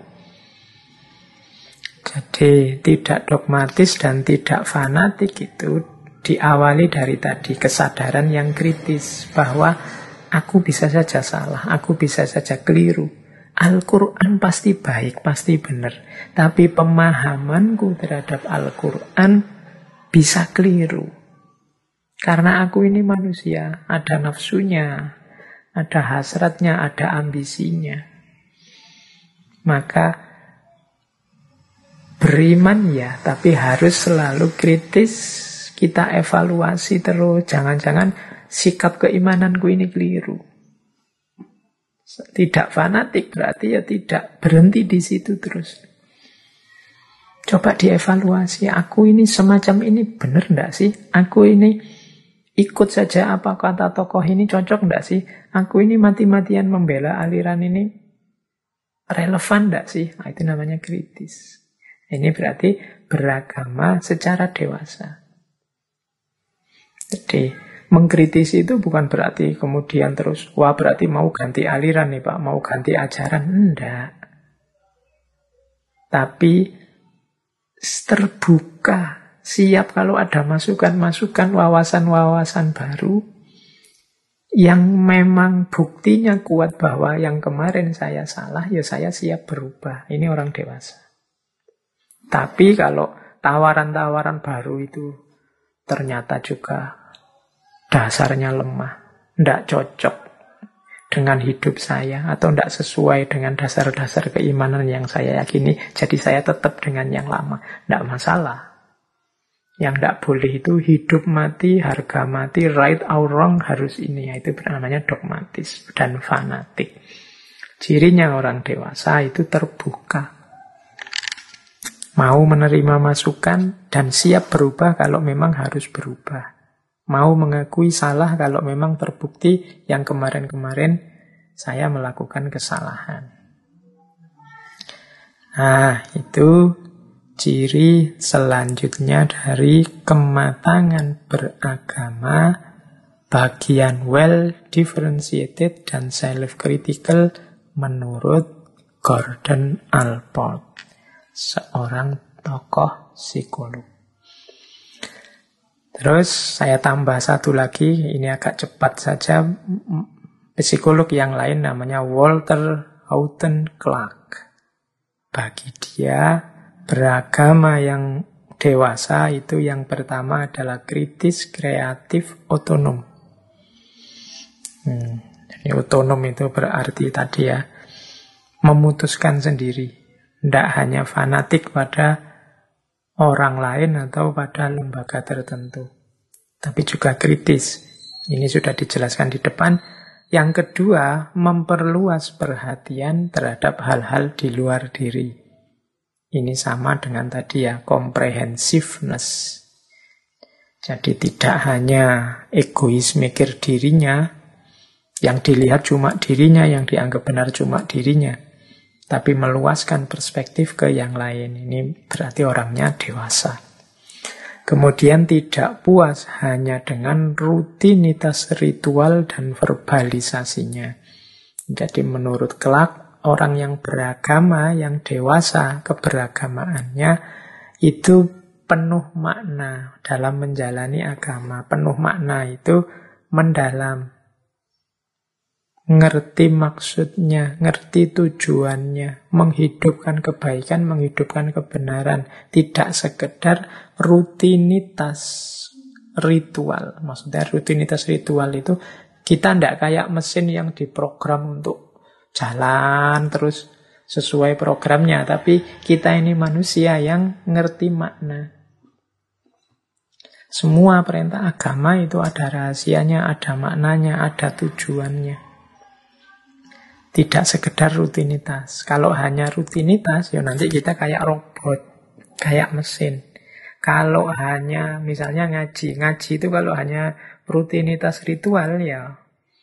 Jadi tidak dogmatis dan tidak fanatik itu diawali dari tadi kesadaran yang kritis bahwa aku bisa saja salah, aku bisa saja keliru. Al-Quran pasti baik, pasti benar. Tapi pemahamanku terhadap Al-Quran bisa keliru. Karena aku ini manusia, ada nafsunya, ada hasratnya, ada ambisinya. Maka beriman ya, tapi harus selalu kritis. Kita evaluasi terus. Jangan-jangan sikap keimananku ini keliru. Tidak fanatik berarti ya tidak berhenti di situ terus. Coba dievaluasi. Aku ini semacam ini benar enggak sih? Aku ini ikut saja apa kata tokoh ini, cocok enggak sih? Aku ini mati-matian membela aliran ini relevan enggak sih? Nah, itu namanya kritis. Ini berarti beragama secara dewasa. Jadi mengkritisi itu bukan berarti kemudian terus, wah berarti mau ganti aliran nih Pak, mau ganti ajaran. Enggak. Tapi terbuka, siap kalau ada masukan-masukan, wawasan-wawasan baru yang memang buktinya kuat bahwa yang kemarin saya salah, ya saya siap berubah. Ini orang dewasa. Tapi kalau tawaran-tawaran baru itu ternyata juga dasarnya lemah, tidak cocok dengan hidup saya, atau tidak sesuai dengan dasar-dasar keimanan yang saya yakini, jadi saya tetap dengan yang lama, tidak masalah. Yang tidak boleh itu hidup mati, harga mati, right or wrong harus ini, itu namanya dogmatis dan fanatik. Cirinya orang dewasa itu terbuka, mau menerima masukan dan siap berubah kalau memang harus berubah. Mau mengakui salah kalau memang terbukti yang kemarin-kemarin saya melakukan kesalahan. Nah, itu ciri selanjutnya dari kematangan beragama, bagian well differentiated dan self-critical menurut Gordon Allport, seorang tokoh psikolog. Terus saya tambah satu lagi, ini agak cepat saja. Psikolog yang lain namanya Walter Houghton Clark. Bagi dia, beragama yang dewasa itu yang pertama adalah kritis, kreatif, otonom. Jadi otonom itu berarti tadi ya, memutuskan sendiri. Tidak hanya fanatik pada orang lain atau pada lembaga tertentu, tapi juga kritis. Ini sudah dijelaskan di depan. Yang kedua, memperluas perhatian terhadap hal-hal di luar diri. Ini sama dengan tadi ya, comprehensiveness. Jadi tidak hanya egois mikir dirinya, yang dilihat cuma dirinya, yang dianggap benar cuma dirinya, tapi meluaskan perspektif ke yang lain. Ini berarti orangnya dewasa. Kemudian tidak puas hanya dengan rutinitas ritual dan verbalisasinya. Jadi menurut Clark, orang yang beragama, yang dewasa keberagamaannya, itu penuh makna dalam menjalani agama. Penuh makna itu mendalam. ngerti maksudnya, ngerti tujuannya, menghidupkan kebaikan, menghidupkan kebenaran, tidak sekedar rutinitas ritual. Maksudnya rutinitas ritual itu kita tidak kayak mesin yang diprogram untuk jalan terus sesuai programnya, tapi kita ini manusia yang ngerti makna. Semua perintah agama itu ada rahasianya, ada maknanya, ada tujuannya. Tidak sekedar rutinitas. Kalau hanya rutinitas, ya nanti kita kayak robot, kayak mesin. Kalau hanya misalnya ngaji itu kalau hanya rutinitas ritual, ya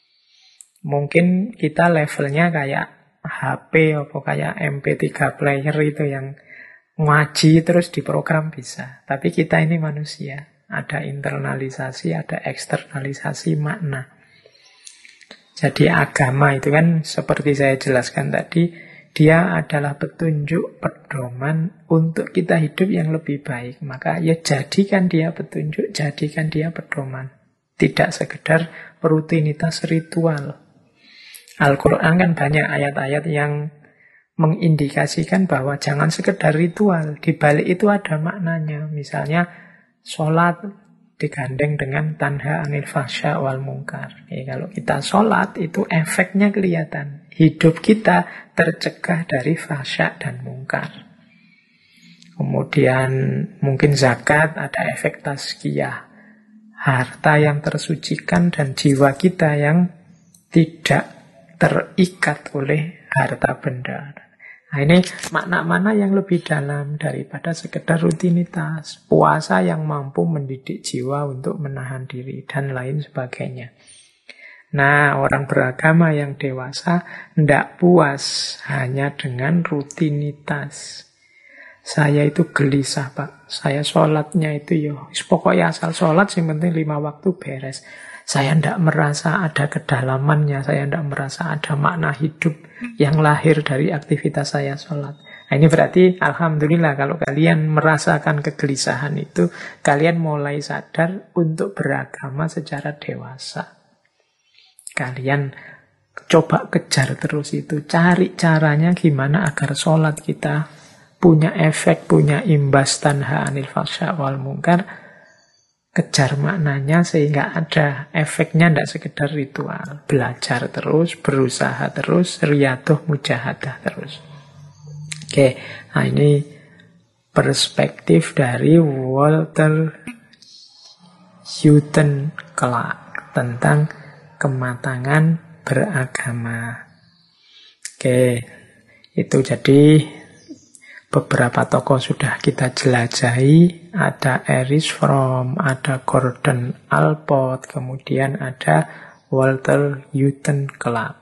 mungkin kita levelnya kayak HP atau kayak MP3 player itu yang ngaji terus diprogram bisa. Tapi kita ini manusia, ada internalisasi, ada eksternalisasi makna. Jadi agama itu kan seperti saya jelaskan tadi, dia adalah petunjuk, pedoman untuk kita hidup yang lebih baik. Maka ya jadikan dia petunjuk, jadikan dia pedoman. Tidak sekedar rutinitas ritual. Al-Quran kan banyak ayat-ayat yang mengindikasikan bahwa jangan sekedar ritual. Di balik itu ada maknanya. Misalnya sholat digandeng dengan tanha anil fahsya wal mungkar. Kalau kita sholat itu efeknya kelihatan. Hidup kita tercegah dari fahsya dan mungkar. Kemudian mungkin zakat ada efek tazkiyah. Harta yang tersucikan dan jiwa kita yang tidak terikat oleh harta benda. Nah, ini makna-makna yang lebih dalam daripada sekedar rutinitas. Puasa yang mampu mendidik jiwa untuk menahan diri dan lain sebagainya. Nah, orang beragama yang dewasa tidak puas hanya dengan rutinitas. Saya itu gelisah, Pak. Saya sholatnya itu pokoknya asal sholat, yang penting 5 waktu beres. Saya tidak merasa ada kedalamannya, saya tidak merasa ada makna hidup yang lahir dari aktivitas saya sholat. Nah, ini berarti alhamdulillah kalau kalian merasakan kegelisahan itu, kalian mulai sadar untuk beragama secara dewasa. Kalian coba kejar terus itu, cari caranya gimana agar sholat kita punya efek, punya imbas tanha anil fahsya wal mungkar. Kejar maknanya sehingga ada efeknya, tidak sekedar ritual. Belajar terus, berusaha terus, riyadhah mujahadah terus. Oke, nah ini perspektif dari Walter Hutton Clark tentang kematangan beragama. Oke, itu jadi beberapa tokoh sudah kita jelajahi. Ada Erich Fromm, ada Gordon Allport, kemudian ada Walter Hutton Clark.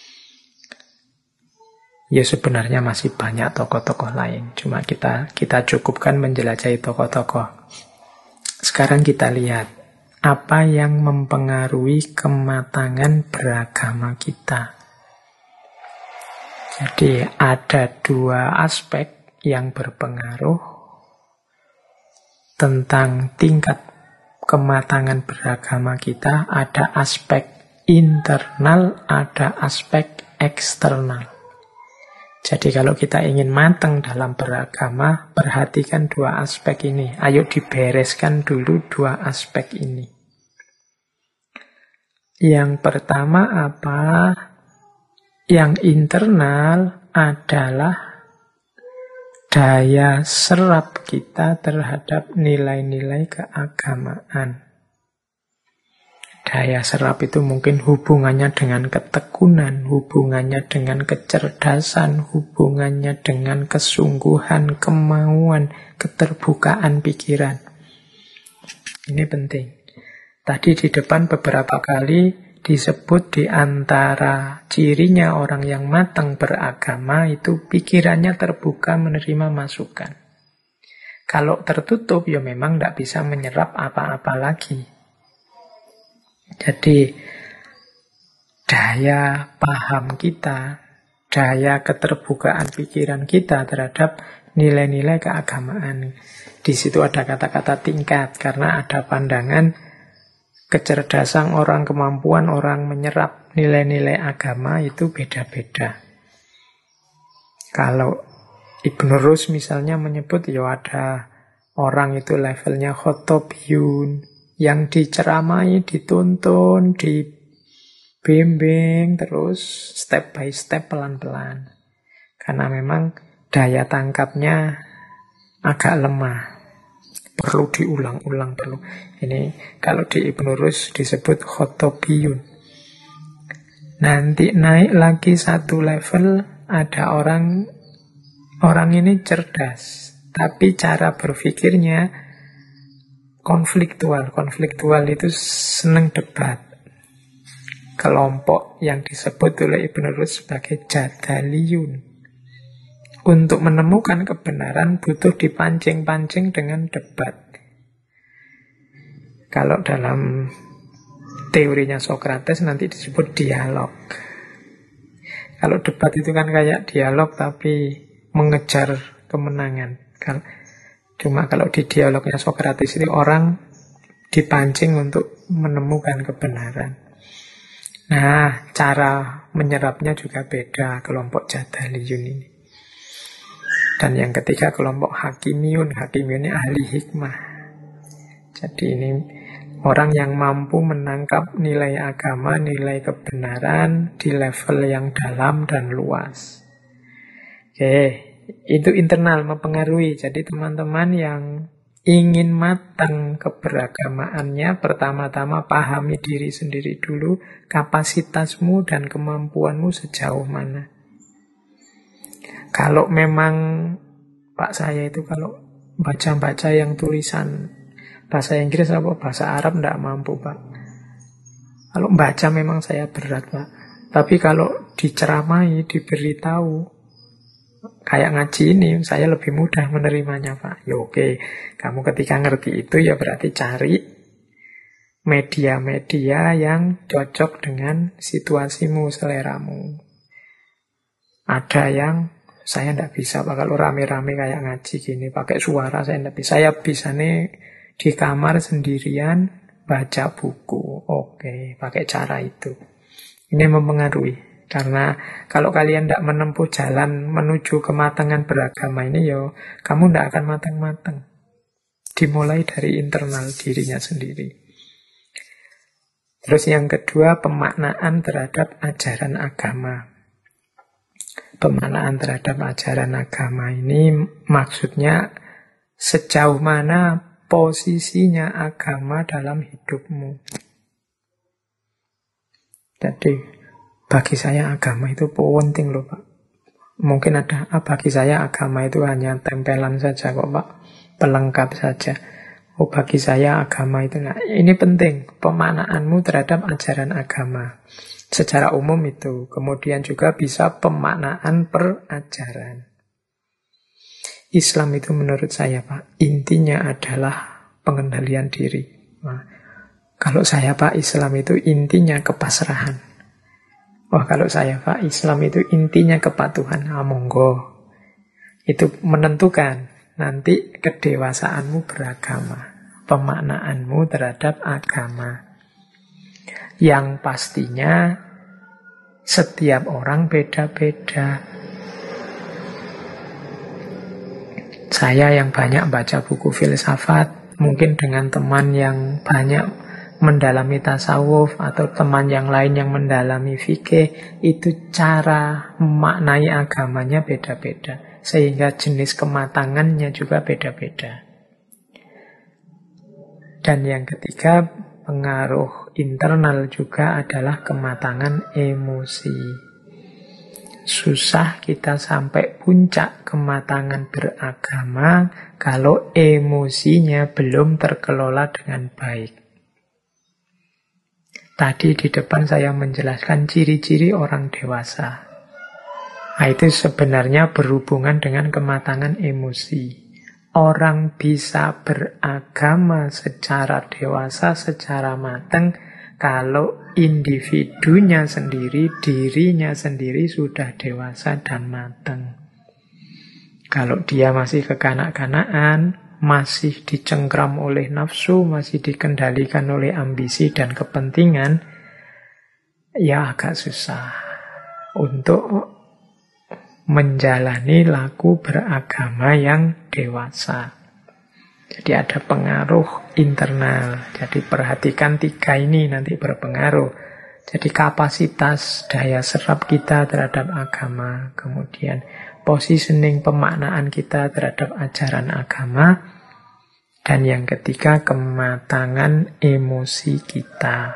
Ya sebenarnya masih banyak tokoh-tokoh lain, cuma kita cukupkan menjelajahi tokoh-tokoh. Sekarang kita lihat apa yang mempengaruhi kematangan beragama kita. Jadi ada 2 aspek yang berpengaruh tentang tingkat kematangan beragama kita. Ada aspek internal, ada aspek eksternal. Jadi kalau kita ingin matang dalam beragama, perhatikan 2 aspek ini. Ayo dibereskan dulu 2 aspek ini. Yang pertama apa? Yang internal adalah daya serap kita terhadap nilai-nilai keagamaan. Daya serap itu mungkin hubungannya dengan ketekunan, hubungannya dengan kecerdasan, hubungannya dengan kesungguhan, kemauan, keterbukaan pikiran. Ini penting. Tadi di depan beberapa kali disebut di antara cirinya orang yang matang beragama itu pikirannya terbuka menerima masukan. Kalau tertutup ya memang tidak bisa menyerap apa-apa lagi. Jadi daya paham kita, daya keterbukaan pikiran kita terhadap nilai-nilai keagamaan. Di situ ada kata-kata tingkat karena ada pandangan kecerdasan orang, kemampuan orang menyerap nilai-nilai agama itu beda-beda. Kalau Ibnu Rus misalnya menyebut ya ada orang itu levelnya khotobiyun, yang diceramai, dituntun, dibimbing terus step by step pelan-pelan. Karena memang daya tangkapnya agak lemah. Perlu diulang-ulang perlu. Ini kalau di Ibnu Rus disebut khotobiyun. Nanti naik lagi satu level, ada orang ini cerdas, tapi cara berpikirnya konfliktual. Konfliktual itu seneng debat. Kelompok yang disebut oleh Ibnu Rus sebagai jadaliyun. Untuk menemukan kebenaran butuh dipancing-pancing dengan debat. Kalau dalam teorinya Socrates nanti disebut dialog. Kalau debat itu kan kayak dialog tapi mengejar kemenangan. Cuma kalau di dialognya Socrates itu orang dipancing untuk menemukan kebenaran. Nah, cara menyerapnya juga beda kelompok jadaliyun ini. Dan yang ketiga kelompok hakimiyun. Hakimiyun ini ahli hikmah. Jadi ini orang yang mampu menangkap nilai agama, nilai kebenaran di level yang dalam dan luas. Oke, itu internal mempengaruhi. Jadi teman-teman yang ingin matang keberagamaannya, pertama-tama pahami diri sendiri dulu, kapasitasmu dan kemampuanmu sejauh mana. Kalau memang Pak saya itu kalau baca-baca yang tulisan bahasa Inggris apa bahasa Arab tidak mampu Pak. Kalau baca memang saya berat Pak. Tapi kalau diceramai, diberitahu, kayak ngaji ini, saya lebih mudah menerimanya Pak. Ya oke, kamu ketika ngerti itu ya berarti cari media-media yang cocok dengan situasimu, seleramu. Ada yang saya tidak bisa Pak, kalau rame-rame kayak ngaji gini, pakai suara saya tidak bisa. Saya bisa nih di kamar sendirian, baca buku. Oke, pakai cara itu. Ini mempengaruhi. Karena kalau kalian tidak menempuh jalan menuju kematangan beragama ini, ya kamu tidak akan matang-matang. Dimulai dari internal dirinya sendiri. Terus yang kedua, pemaknaan terhadap ajaran agama. Pemaknaan terhadap ajaran agama ini maksudnya sejauh mana posisinya agama dalam hidupmu. Jadi bagi saya agama itu penting loh Pak. Mungkin ada, bagi saya agama itu hanya tempelan saja kok Pak, pelengkap saja. Oh bagi saya agama itu, nah ini penting, pemaknaanmu terhadap ajaran agama. Secara umum itu, kemudian juga bisa pemaknaan perajaran. Islam itu menurut saya Pak, intinya adalah pengendalian diri. Nah, kalau saya Pak, Islam itu intinya kepasrahan. Wah kalau saya Pak, Islam itu intinya kepatuhan. Monggo. Itu menentukan nanti kedewasaanmu beragama, pemaknaanmu terhadap agama. Yang pastinya setiap orang beda-beda. Saya yang banyak baca buku filsafat, mungkin dengan teman yang banyak mendalami tasawuf atau teman yang lain yang mendalami fikih, itu cara memaknai agamanya beda-beda. Sehingga jenis kematangannya juga beda-beda. Dan yang ketiga, pengaruh internal juga adalah kematangan emosi. Susah kita sampai puncak kematangan beragama kalau emosinya belum terkelola dengan baik. Tadi di depan saya menjelaskan ciri-ciri orang dewasa. Nah, itu sebenarnya berhubungan dengan kematangan emosi. Orang bisa beragama secara dewasa, secara matang, kalau individunya sendiri, dirinya sendiri sudah dewasa dan matang. Kalau dia masih kekanak-kanakan, masih dicengkram oleh nafsu, masih dikendalikan oleh ambisi dan kepentingan, ya agak susah untuk menjalani laku beragama yang dewasa. Jadi ada pengaruh internal. Jadi perhatikan 3 ini nanti berpengaruh. Jadi kapasitas daya serap kita terhadap agama, kemudian positioning pemaknaan kita terhadap ajaran agama, dan yang ketiga kematangan emosi kita.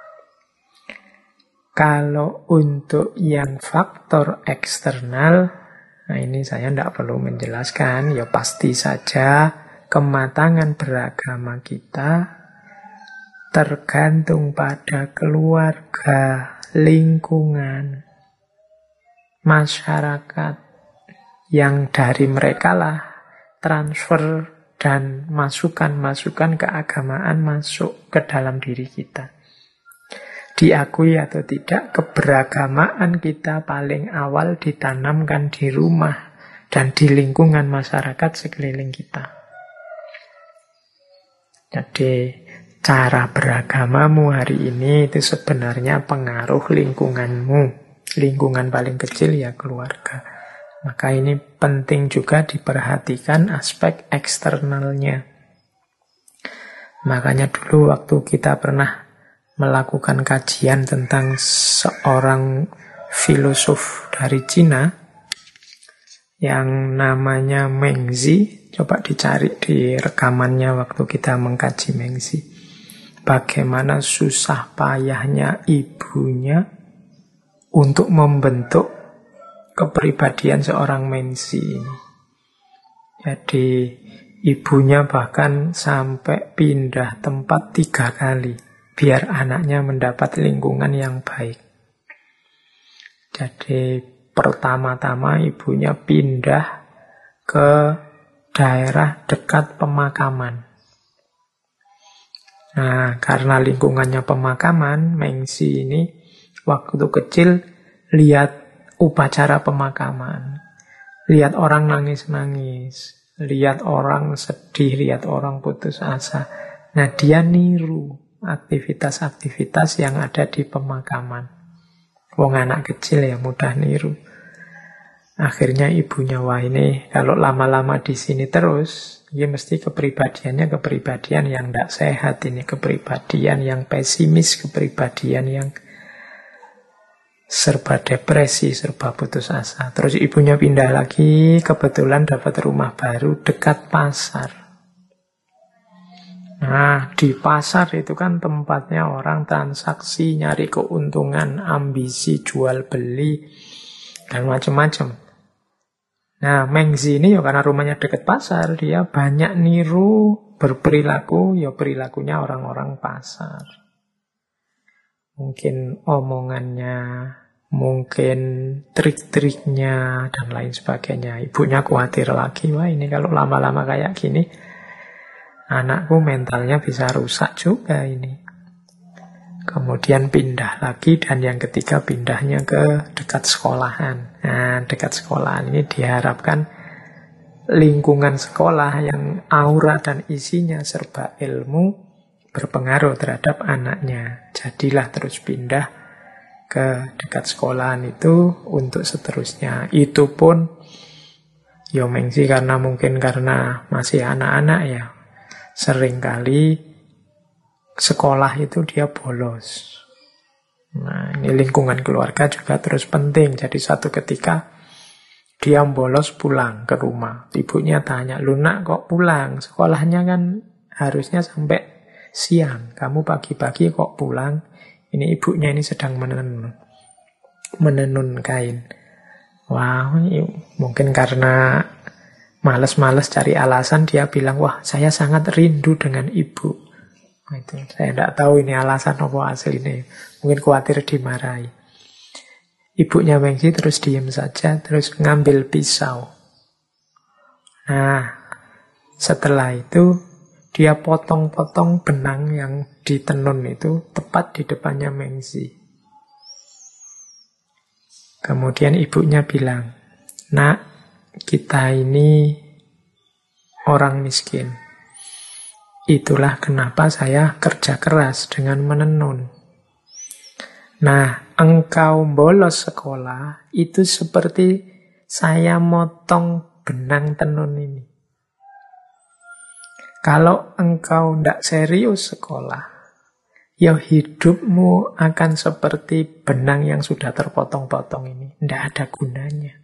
Kalau untuk yang faktor eksternal, nah ini saya tidak perlu menjelaskan, ya pasti saja kematangan beragama kita tergantung pada keluarga, lingkungan, masyarakat, yang dari mereka lah transfer dan masukan-masukan keagamaan masuk ke dalam diri kita. Diakui atau tidak, keberagamaan kita paling awal ditanamkan di rumah dan di lingkungan masyarakat sekeliling kita. Jadi cara beragamamu hari ini itu sebenarnya pengaruh lingkunganmu. Lingkungan paling kecil ya keluarga. Maka ini penting juga diperhatikan aspek eksternalnya. Makanya dulu waktu kita pernah melakukan kajian tentang seorang filosof dari Cina yang namanya Mengzi. Coba dicari di rekamannya waktu kita mengkaji Mengzi. Bagaimana susah payahnya ibunya untuk membentuk kepribadian seorang Mengzi ini. Jadi ibunya bahkan sampai pindah tempat 3 kali biar anaknya mendapat lingkungan yang baik. Jadi pertama-tama ibunya pindah ke daerah dekat pemakaman. Nah, karena lingkungannya pemakaman, Mengzi ini waktu kecil lihat upacara pemakaman. Lihat orang nangis-nangis, lihat orang sedih, lihat orang putus asa. Nah, dia niru aktivitas-aktivitas yang ada di pemakaman. Wong anak kecil ya mudah niru. Akhirnya ibunya, wah ini kalau lama-lama di sini terus, ini mesti kepribadiannya kepribadian yang tidak sehat, ini kepribadian yang pesimis, kepribadian yang serba depresi, serba putus asa. Terus ibunya pindah lagi, kebetulan dapat rumah baru dekat pasar. Nah, di pasar itu kan tempatnya orang transaksi, nyari keuntungan, ambisi, jual beli, dan macam-macam. Nah, Mengzi ini ya karena rumahnya dekat pasar, dia banyak niru, berperilaku, ya perilakunya orang-orang pasar. Mungkin omongannya, mungkin trik-triknya, dan lain sebagainya. Ibunya khawatir lagi, wah ini kalau lama-lama kayak gini, anakku mentalnya bisa rusak juga ini. Kemudian pindah lagi, dan yang ketiga pindahnya ke dekat sekolahan. Nah, dekat sekolahan ini diharapkan lingkungan sekolah yang aura dan isinya serba ilmu berpengaruh terhadap anaknya. Jadilah terus pindah ke dekat sekolahan itu untuk seterusnya. Itu pun ya Mengzi karena masih anak-anak ya, seringkali sekolah itu dia bolos. Nah, ini lingkungan keluarga juga terus penting. Jadi satu ketika dia bolos pulang ke rumah. Ibunya tanya, "Lu nak kok pulang? Sekolahnya kan harusnya sampai siang. Kamu pagi-pagi kok pulang?" Ini ibunya ini sedang menenun kain. Wah, mungkin karena males-males cari alasan, dia bilang, "Wah, saya sangat rindu dengan ibu." Itu saya tidak tahu ini alasan apa aslinya. Mungkin khawatir dimarahi. Ibunya Mengzi terus diem saja, terus ngambil pisau. Nah, setelah itu dia potong-potong benang yang ditenun itu tepat di depannya Mengzi. Kemudian ibunya bilang, "Nak, kita ini orang miskin. Itulah kenapa saya kerja keras dengan menenun. Nah, engkau bolos sekolah itu seperti saya motong benang tenun ini. Kalau engkau tidak serius sekolah, ya hidupmu akan seperti benang yang sudah terpotong-potong ini. Tidak ada gunanya.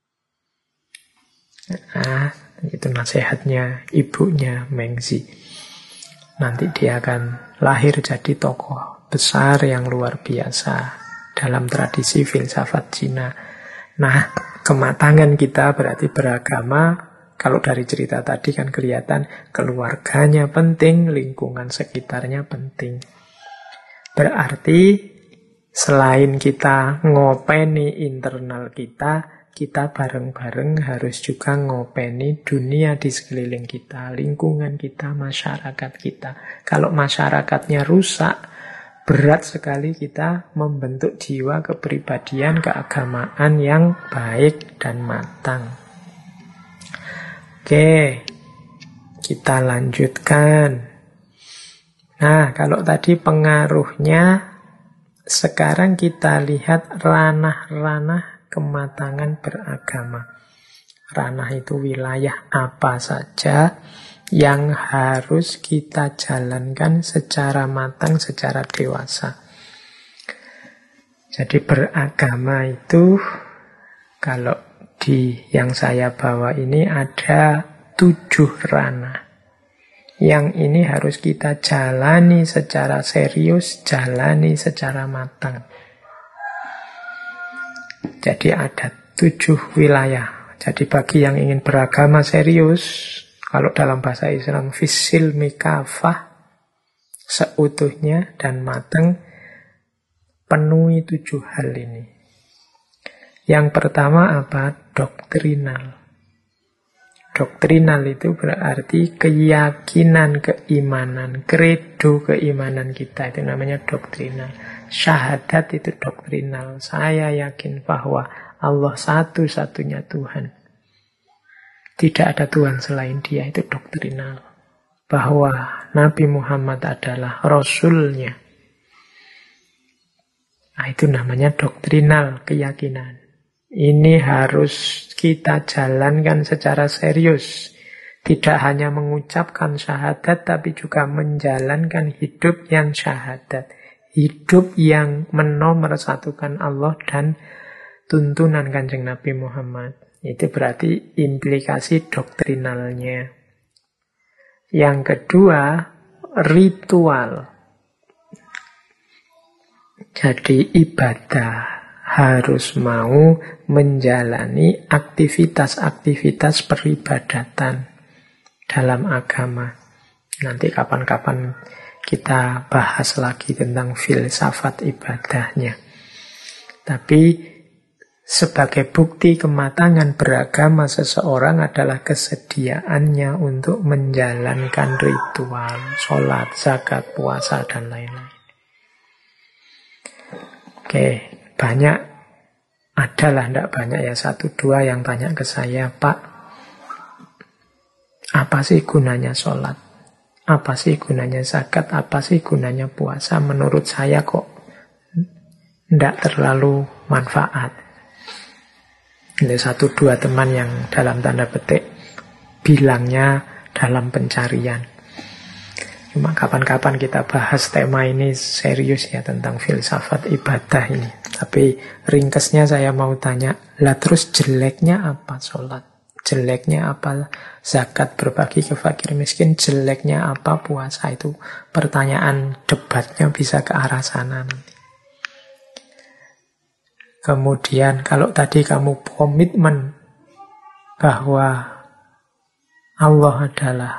Nah, itu nasihatnya ibunya Mengzi. Nanti dia akan lahir jadi tokoh besar yang luar biasa dalam tradisi filsafat Cina. Nah, kematangan kita berarti beragama. Kalau dari cerita tadi kan kelihatan keluarganya penting, lingkungan sekitarnya penting. Berarti selain kita ngopeni internal kita, kita bareng-bareng harus juga ngopeni dunia di sekeliling kita, lingkungan kita, masyarakat kita. Kalau masyarakatnya rusak, berat sekali kita membentuk jiwa kepribadian, keagamaan yang baik dan matang. Oke, kita lanjutkan. Nah, kalau tadi pengaruhnya, sekarang kita lihat ranah-ranah kematangan beragama. Ranah itu wilayah apa saja yang harus kita jalankan secara matang, secara dewasa. Jadi beragama itu, kalau di yang saya bawa ini ada 7 ranah. Yang ini harus kita jalani secara serius, jalani secara matang. Jadi ada 7 wilayah. Jadi bagi yang ingin beragama serius, kalau dalam bahasa Islam, fisil mikafah, seutuhnya dan matang, penuhi 7 hal ini. Yang pertama apa? Doktrinal. Doktrinal itu berarti keyakinan, keimanan, kredo keimanan kita. Itu namanya doktrinal. Syahadat itu doktrinal. Saya yakin bahwa Allah satu-satunya Tuhan. Tidak ada Tuhan selain Dia. Itu doktrinal. Bahwa Nabi Muhammad adalah Rasulnya. Nah, itu namanya doktrinal, keyakinan. Ini harus kita jalankan secara serius. Tidak hanya mengucapkan syahadat, tapi juga menjalankan hidup yang syahadat. Hidup yang menomorsatukan Allah dan tuntunan Kanjeng Nabi Muhammad. Itu berarti implikasi doktrinalnya. Yang kedua, ritual. Jadi ibadah. Harus mau menjalani aktivitas-aktivitas peribadatan dalam agama. Nanti kapan-kapan kita bahas lagi tentang filsafat ibadahnya. Tapi sebagai bukti kematangan beragama seseorang adalah kesediaannya untuk menjalankan ritual, sholat, zakat, puasa, dan lain-lain. Oke. Banyak, adalah tidak banyak ya, 1-2 yang tanya ke saya, Pak, apa sih gunanya sholat? Apa sih gunanya zakat? Apa sih gunanya puasa? Menurut saya kok tidak terlalu manfaat. Ini 1-2 teman yang dalam tanda petik bilangnya dalam pencarian. Cuma kapan-kapan kita bahas tema ini serius ya, tentang filsafat ibadah ini. Tapi ringkesnya saya mau tanya, lah terus jeleknya apa sholat? Jeleknya apa zakat, berbagi ke fakir miskin? Jeleknya apa puasa? Itu pertanyaan debatnya bisa ke arah sana nanti. Kemudian kalau tadi kamu komitmen bahwa Allah adalah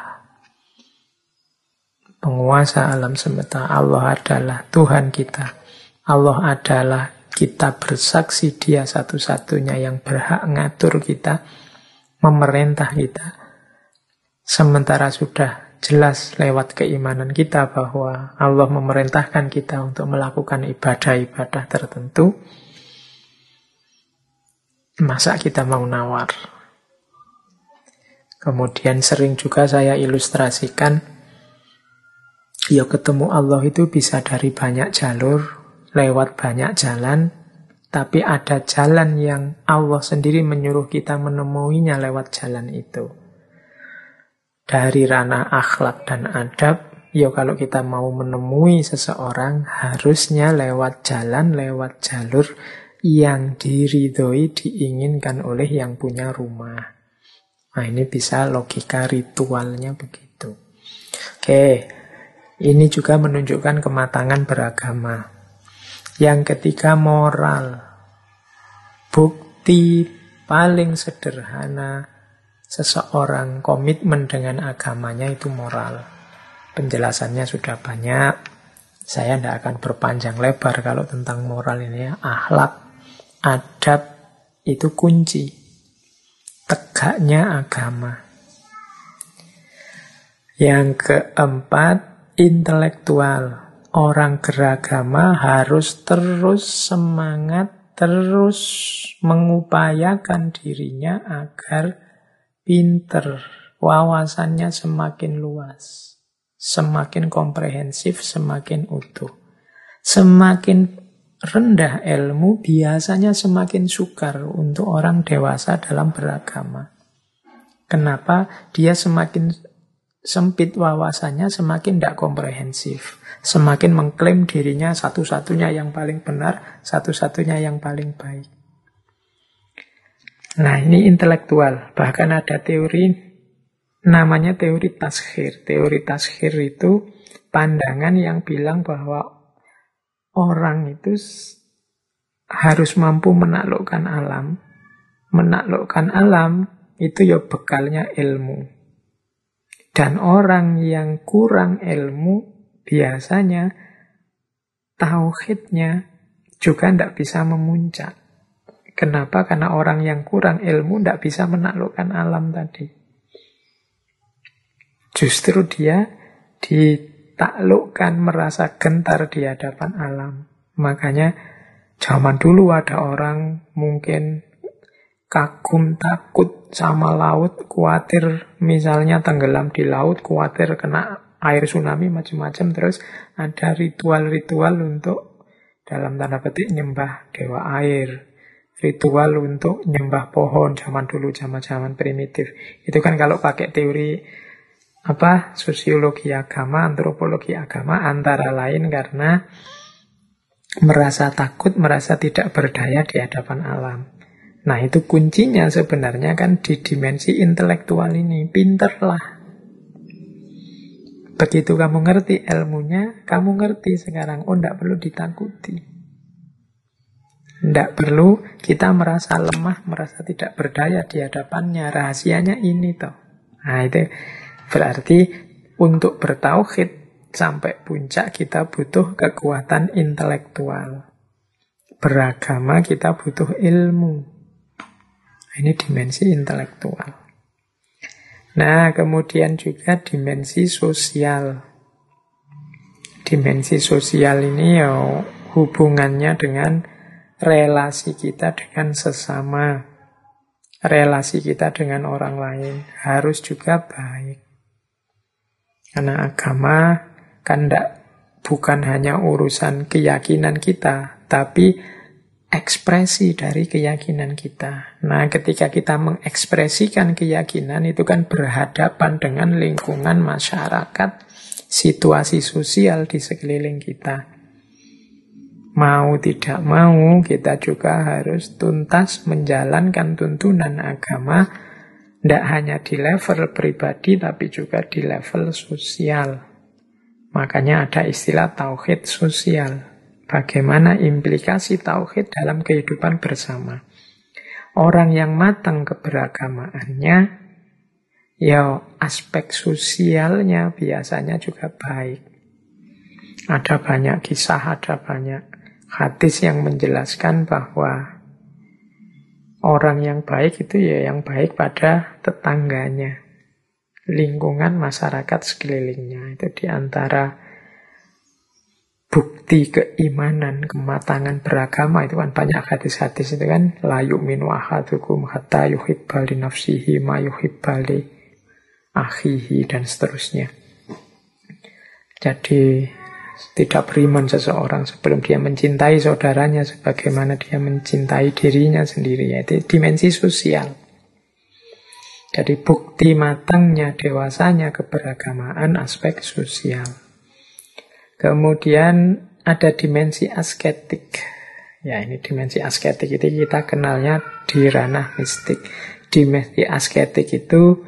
penguasa alam semesta, Allah adalah Tuhan kita, Allah adalah, kita bersaksi Dia satu-satunya yang berhak ngatur kita, memerintah kita. Sementara sudah jelas lewat keimanan kita bahwa Allah memerintahkan kita untuk melakukan ibadah-ibadah tertentu, masa kita mau nawar? Kemudian sering juga saya ilustrasikan, ya ketemu Allah itu bisa dari banyak jalur. lewat banyak jalan, tapi ada jalan yang Allah sendiri menyuruh kita menemuinya lewat jalan itu. Dari ranah akhlak dan adab, ya kalau kita mau menemui seseorang, harusnya lewat jalan, lewat jalur yang diridhoi, diinginkan oleh yang punya rumah. Nah, ini bisa logika ritualnya begitu. Oke, ini juga menunjukkan kematangan beragama. Yang ketiga, moral. Bukti paling sederhana seseorang komitmen dengan agamanya itu moral. Penjelasannya sudah banyak. Saya tidak akan berpanjang lebar kalau tentang moral ini ya. Akhlak, adab itu kunci tegaknya agama. Yang keempat, intelektual. Orang beragama harus terus semangat, terus mengupayakan dirinya agar pinter, wawasannya semakin luas, semakin komprehensif, semakin utuh. Semakin rendah ilmu, biasanya semakin sukar untuk orang dewasa dalam beragama. Kenapa? Dia semakin sempit wawasannya, semakin tidak komprehensif. Semakin mengklaim dirinya satu-satunya yang paling benar, satu-satunya yang paling baik. Nah, ini intelektual. Bahkan ada teori namanya teori taskhir. Teori taskhir itu pandangan yang bilang bahwa orang itu harus mampu menaklukkan alam. Menaklukkan alam itu ya bekalnya ilmu. Dan orang yang kurang ilmu biasanya tauhidnya juga tidak bisa memuncak. Kenapa? Karena orang yang kurang ilmu tidak bisa menaklukkan alam tadi. Justru dia ditaklukkan, merasa gentar di hadapan alam. Makanya zaman dulu ada orang mungkin kagum, takut sama laut, khawatir misalnya tenggelam di laut, khawatir kena air tsunami, macam-macam. Terus ada ritual-ritual untuk dalam tanda petik nyembah dewa air. Ritual untuk nyembah pohon zaman dulu, zaman-zaman primitif. Itu kan kalau pakai teori sosiologi agama, antropologi agama, antara lain karena merasa takut, merasa tidak berdaya di hadapan alam. Nah, itu kuncinya sebenarnya kan di dimensi intelektual ini. Pinterlah. Begitu kamu ngerti ilmunya, kamu ngerti sekarang, tidak perlu ditakuti. Tidak perlu kita merasa lemah, merasa tidak berdaya di hadapannya. Rahasianya ini toh. Nah, itu berarti untuk bertauhid sampai puncak kita butuh kekuatan intelektual. Beragama kita butuh ilmu. Ini dimensi intelektual. Nah, kemudian juga dimensi sosial. Dimensi sosial ini ya hubungannya dengan relasi kita dengan sesama, relasi kita dengan orang lain harus juga baik. Karena agama kan bukan hanya urusan keyakinan kita, tapi ekspresi dari keyakinan kita. Nah, ketika kita mengekspresikan keyakinan, itu kan berhadapan dengan lingkungan masyarakat, situasi sosial di sekeliling kita. Mau tidak mau, kita juga harus tuntas menjalankan tuntunan agama, tidak hanya di level pribadi, tapi juga di level sosial. Makanya ada istilah tauhid sosial. Bagaimana implikasi tauhid dalam kehidupan bersama. Orang yang matang keberagamaannya, ya aspek sosialnya biasanya juga baik. Ada banyak kisah, ada banyak hadis yang menjelaskan bahwa orang yang baik itu ya yang baik pada tetangganya, lingkungan masyarakat sekelilingnya. Itu diantara bukti keimanan, kematangan beragama. Itu kan banyak hadis-hadis itu kan, la yu'minu ahadukum hatta yuhibba li nafsihi ma yuhibba li akhihi dan seterusnya. Jadi Tidak beriman seseorang sebelum dia mencintai saudaranya sebagaimana dia mencintai dirinya sendiri, yaitu dimensi sosial. Jadi bukti matangnya, dewasanya keberagamaan aspek sosial. Kemudian ada dimensi asketik. Ya, ini dimensi asketik itu kita kenalnya di ranah mistik. Dimensi asketik itu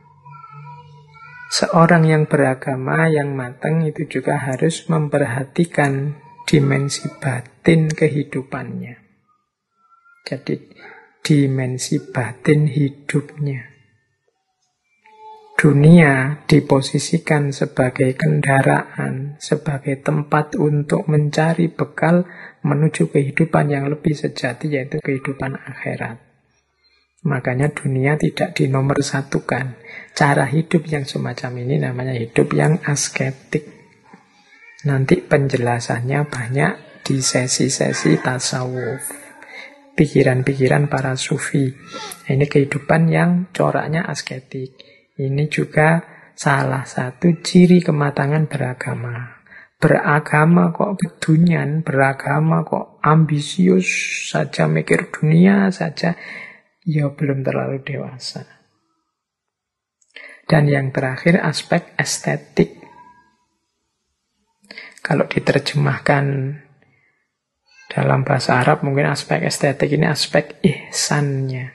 seorang yang beragama, yang matang itu juga harus memperhatikan dimensi batin kehidupannya. Jadi dimensi batin hidupnya. Dunia diposisikan sebagai kendaraan, sebagai tempat untuk mencari bekal menuju kehidupan yang lebih sejati, yaitu kehidupan akhirat. Makanya dunia tidak dinomorsatukan. Cara hidup yang semacam ini namanya hidup yang asketik. Nanti penjelasannya banyak di sesi-sesi tasawuf, pikiran-pikiran para sufi. Ini kehidupan yang coraknya asketik. Ini juga salah satu ciri kematangan beragama. Beragama kok kedunian, beragama kok ambisius saja, mikir dunia saja, ya belum terlalu dewasa. Dan yang terakhir aspek estetik. Kalau diterjemahkan dalam bahasa Arab mungkin aspek estetik ini aspek ihsannya.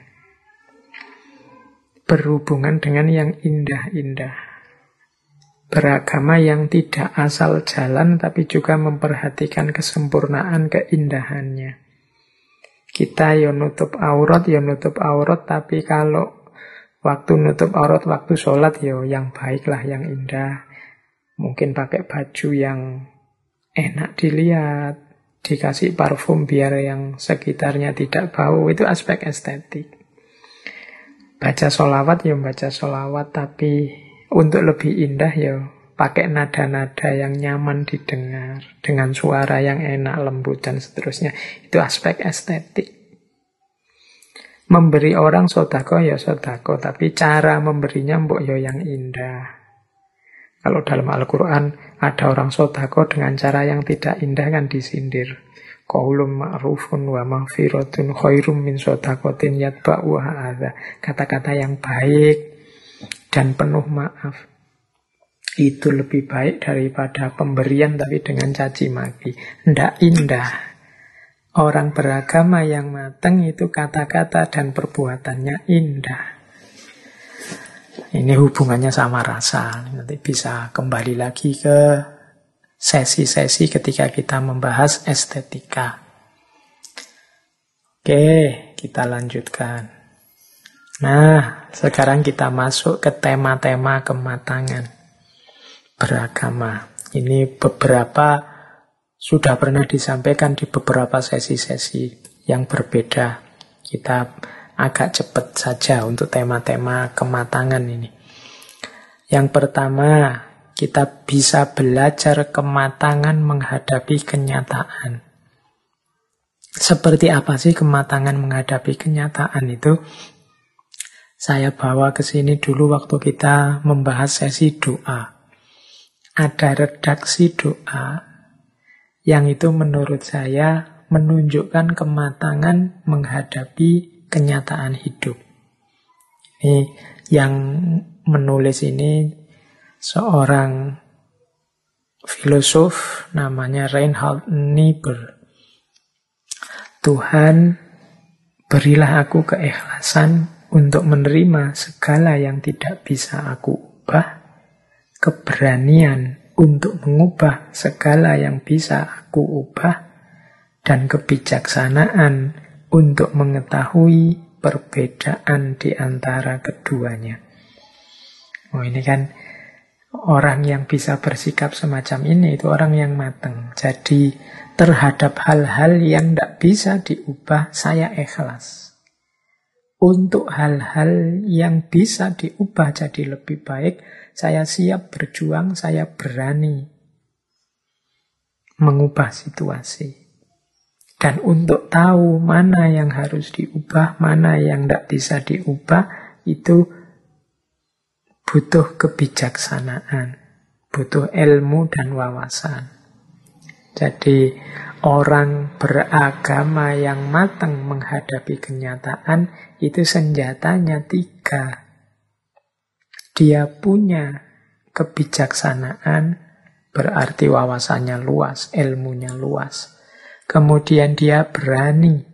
Berhubungan dengan yang indah-indah. Beragama yang tidak asal jalan tapi juga memperhatikan kesempurnaan keindahannya. Kita ya nutup aurat, tapi kalau waktu nutup aurat, waktu sholat ya yang baiklah, yang indah. Mungkin pakai baju yang enak dilihat, dikasih parfum biar yang sekitarnya tidak bau, itu aspek estetik. Baca sholawat ya baca sholawat, tapi untuk lebih indah ya pakai nada-nada yang nyaman didengar, dengan suara yang enak, lembut, dan seterusnya. Itu aspek estetik. Memberi orang sodako ya sodako, tapi cara memberinya mbok ya yang indah. Kalau dalam Al-Quran ada orang sodako dengan cara yang tidak indah kan disindir. Qaulun ma'rufun wa maghfiratun khairum min sodakotin yatba'uha adza. Kata-kata yang baik dan penuh maaf itu lebih baik daripada pemberian tapi dengan caci maki. Ndak indah. Orang beragama yang matang itu kata-kata dan perbuatannya indah. Ini hubungannya sama rasa. Nanti bisa kembali lagi ke sesi-sesi ketika kita membahas estetika. Oke, kita lanjutkan. Nah, sekarang kita masuk ke tema-tema kematangan beragama. Ini beberapa sudah pernah disampaikan di beberapa sesi-sesi yang berbeda. Kita agak cepat saja untuk tema-tema kematangan ini. Yang pertama, kita bisa belajar kematangan menghadapi kenyataan. Seperti apa sih kematangan menghadapi kenyataan itu? Saya bawa ke sini dulu waktu kita membahas sesi doa. Ada redaksi doa yang itu menurut saya menunjukkan kematangan menghadapi kenyataan hidup. Ini yang menulis ini seorang filosof namanya Reinhard Niebuhr. Tuhan, berilah aku keikhlasan untuk menerima segala yang tidak bisa aku ubah, keberanian untuk mengubah segala yang bisa aku ubah, dan kebijaksanaan untuk mengetahui perbedaan di antara keduanya. Oh, ini kan orang yang bisa bersikap semacam ini, itu orang yang matang. Jadi terhadap hal-hal yang tidak bisa diubah, saya ikhlas. Untuk hal-hal yang bisa diubah jadi lebih baik, saya siap berjuang, saya berani mengubah situasi. Dan untuk tahu mana yang harus diubah, mana yang tidak bisa diubah, itu butuh kebijaksanaan, butuh ilmu dan wawasan. Jadi orang beragama yang matang menghadapi kenyataan itu senjatanya 3. Dia punya kebijaksanaan, berarti wawasannya luas, ilmunya luas. Kemudian dia berani.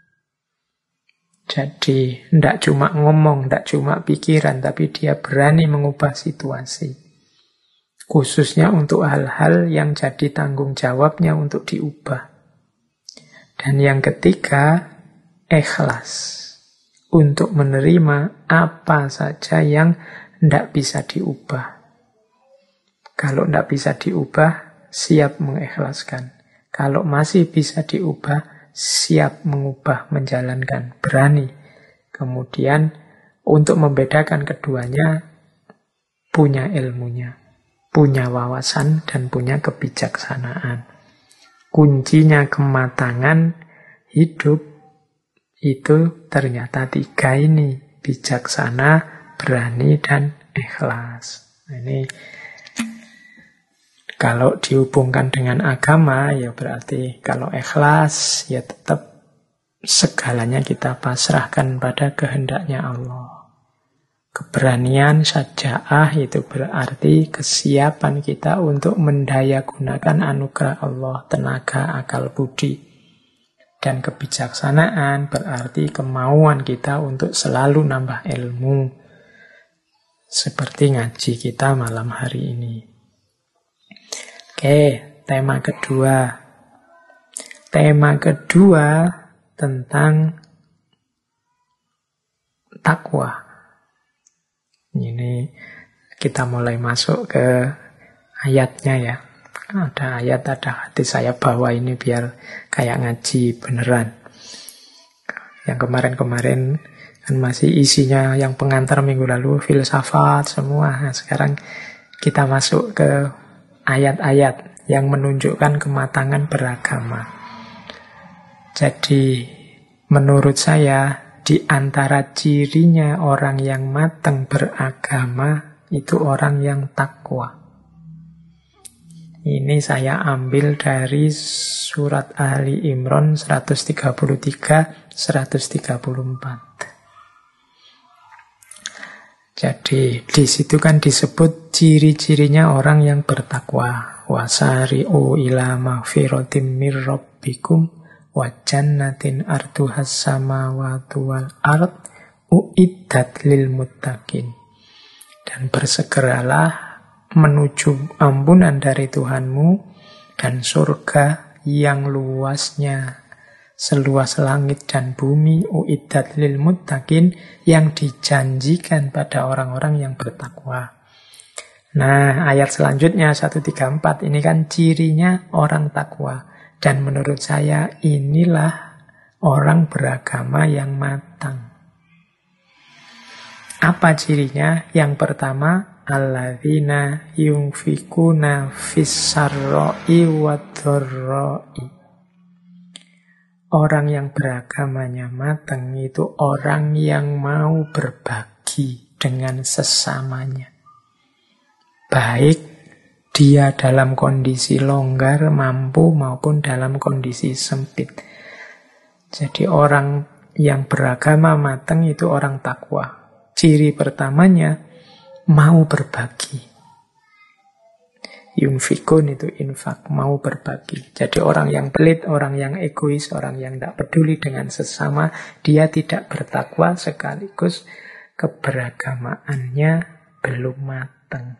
Jadi tidak cuma ngomong, tidak cuma pikiran, tapi dia berani mengubah situasi. Khususnya untuk hal-hal yang jadi tanggung jawabnya untuk diubah. Dan yang ketiga, ikhlas. Untuk menerima apa saja yang tidak bisa diubah. Kalau tidak bisa diubah, siap mengikhlaskan. Kalau masih bisa diubah, siap mengubah, menjalankan, berani. Kemudian untuk membedakan keduanya, punya ilmunya, punya wawasan, dan punya kebijaksanaan. Kuncinya kematangan hidup itu ternyata 3 ini. Bijaksana, berani, dan ikhlas. Ini kalau dihubungkan dengan agama, ya berarti kalau ikhlas, ya tetap segalanya kita pasrahkan pada kehendaknya Allah. Keberanian, syaja'ah, itu berarti kesiapan kita untuk mendayagunakan anugerah Allah, tenaga, akal, budi. Dan kebijaksanaan berarti kemauan kita untuk selalu nambah ilmu. Seperti ngaji kita malam hari ini. Oke, tema kedua. Tema kedua tentang takwa. Ini kita mulai masuk ke ayatnya ya. Ada ayat, ada hadis, saya bawa ini biar kayak ngaji beneran. Yang kemarin-kemarin kan masih isinya yang pengantar minggu lalu, filsafat semua. Nah, sekarang kita masuk ke ayat-ayat yang menunjukkan kematangan beragama. Jadi menurut saya di antara cirinya orang yang matang beragama itu orang yang takwa. Ini saya ambil dari surat Ali Imran 133, 134. Jadi di situ kan disebut ciri-cirinya orang yang bertakwa. Wasari'u ila maghfiratim mir rabbikum wa jannatin arduhas samawati wal ard uiddat lil muttaqin. Dan bersegeralah menuju ampunan dari Tuhanmu dan surga yang luasnya seluas langit dan bumi, uiddat lil muttaqin, yang dijanjikan pada orang-orang yang bertakwa. Nah, ayat selanjutnya 134 ini kan cirinya orang takwa. Dan menurut saya inilah orang beragama yang matang. Apa cirinya? Yang pertama, alladzina yunfikuna fis-sarra'i wad-dharra'i. Orang yang beragamanya matang itu orang yang mau berbagi dengan sesamanya. Baik dia dalam kondisi longgar, mampu, maupun dalam kondisi sempit. Jadi orang yang beragama matang itu orang takwa. Ciri pertamanya, mau berbagi. Yunfikun itu infak, mau berbagi. Jadi orang yang pelit, orang yang egois, orang yang tidak peduli dengan sesama, dia tidak bertakwa sekaligus keberagamaannya belum matang.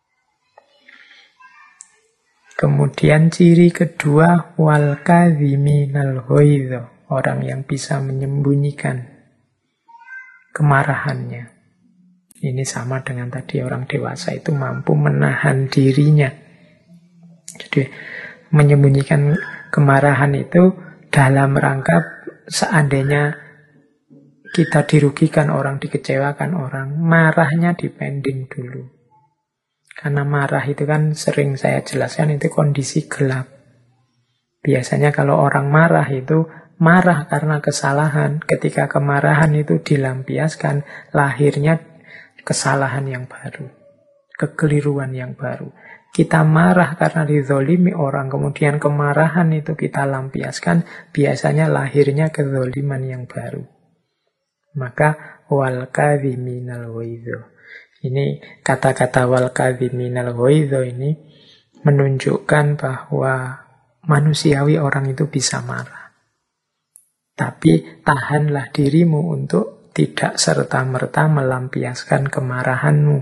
Kemudian ciri kedua, wal kadhiminal ghaidha, orang yang bisa menyembunyikan kemarahannya. Ini sama dengan tadi, orang dewasa itu mampu menahan dirinya. Jadi menyembunyikan kemarahan itu dalam rangka seandainya kita dirugikan orang, dikecewakan orang, marahnya dipending dulu. Karena marah itu kan sering saya jelaskan itu kondisi gelap. Biasanya kalau orang marah itu marah karena kesalahan. Ketika kemarahan itu dilampiaskan, lahirnya kesalahan yang baru. kekeliruan yang baru. Kita marah karena dizolimi orang, kemudian kemarahan itu kita lampiaskan, biasanya lahirnya kezoliman yang baru. Maka wal kadhiminal ghaidho. Ini kata-kata wal kadhiminal ghaidho ini menunjukkan bahwa manusiawi orang itu bisa marah. Tapi tahanlah dirimu untuk tidak serta-merta melampiaskan kemarahanmu.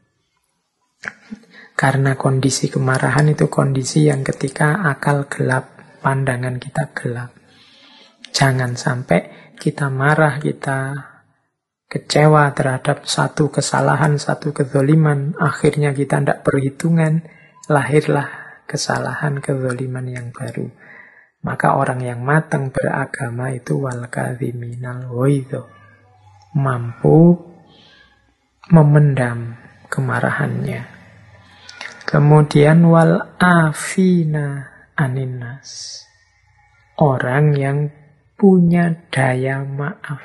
Karena kondisi kemarahan itu kondisi yang ketika akal gelap, pandangan kita gelap. Jangan sampai kita marah, kita kecewa terhadap satu kesalahan, satu kezoliman, akhirnya kita tidak perhitungan, lahirlah kesalahan kezoliman yang baru. Maka orang yang matang beragama itu wal kadhiminal ghaidho, mampu memendam kemarahannya. Kemudian wal afina aninnas, orang yang punya daya maaf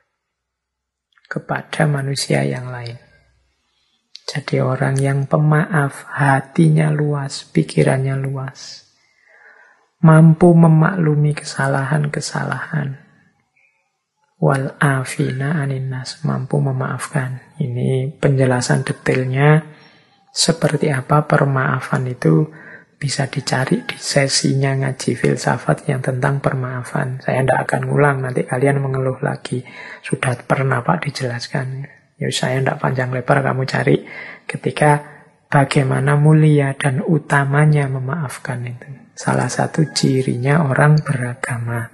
kepada manusia yang lain. Jadi orang yang pemaaf, hatinya luas, pikirannya luas, mampu memaklumi kesalahan-kesalahan. Wal afina aninnas, mampu memaafkan. Ini penjelasan detailnya seperti apa permaafan itu bisa dicari di sesinya ngaji filsafat yang tentang permaafan. Saya tidak akan ngulang, nanti kalian mengeluh lagi. Sudah pernah Pak dijelaskan. Ya saya tidak panjang lebar, kamu cari ketika bagaimana mulia dan utamanya memaafkan itu. Salah satu cirinya orang beragama.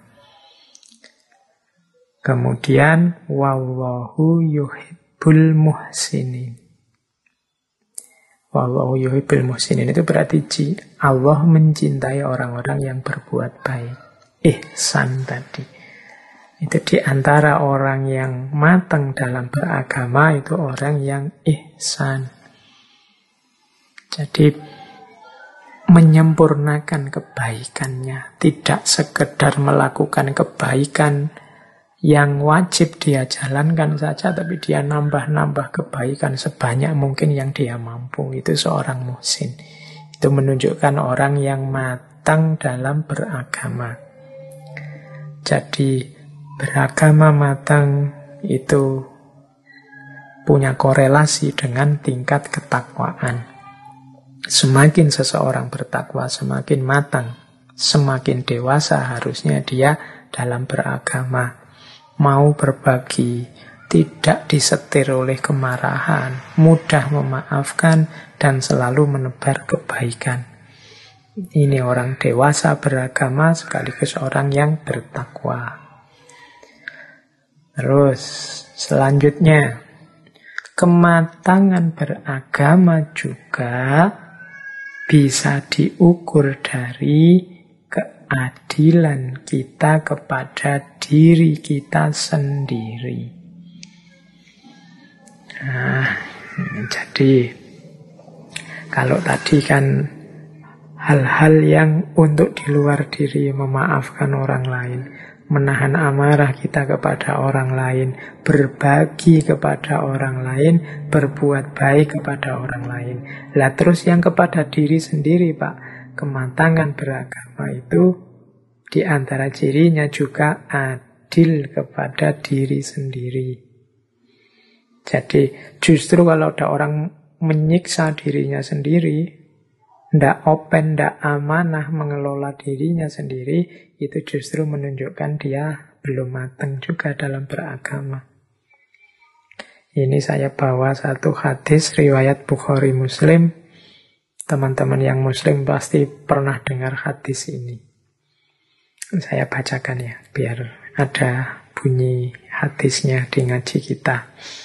Kemudian wallahu yuhibbul muhsinin. Wallahu yuhibbul muhsinin itu berarti Allah mencintai orang-orang yang berbuat baik. Ihsan tadi. Itu di antara orang yang matang dalam beragama itu orang yang ihsan. Jadi menyempurnakan kebaikannya, tidak sekedar melakukan kebaikan yang wajib dia jalankan saja, tapi dia nambah-nambah kebaikan sebanyak mungkin yang dia mampu. Itu seorang muhsin. Itu menunjukkan orang yang matang dalam beragama. Jadi beragama matang itu punya korelasi dengan tingkat ketakwaan. Semakin seseorang bertakwa, semakin matang, semakin dewasa harusnya dia dalam beragama. Mau berbagi, tidak disetir oleh kemarahan, mudah memaafkan, dan selalu menebar kebaikan. Ini orang dewasa beragama sekaligus orang yang bertakwa. Terus, selanjutnya, kematangan beragama juga bisa diukur dari keadilan kita kepada diri kita sendiri. Nah, jadi kalau tadi kan hal-hal yang untuk di luar diri, memaafkan orang lain, menahan amarah kita kepada orang lain, berbagi kepada orang lain, berbuat baik kepada orang lain. Lah terus yang kepada diri sendiri, Pak, kematangan beragama itu di antara cirinya juga adil kepada diri sendiri. Jadi justru kalau ada orang menyiksa dirinya sendiri, ndak open, ndak amanah mengelola dirinya sendiri, itu justru menunjukkan dia belum matang juga dalam beragama. Ini saya bawa satu hadis riwayat Bukhari Muslim. Teman-teman yang muslim pasti pernah dengar hadis ini. Saya bacakan ya, biar ada bunyi hadisnya di ngaji kita.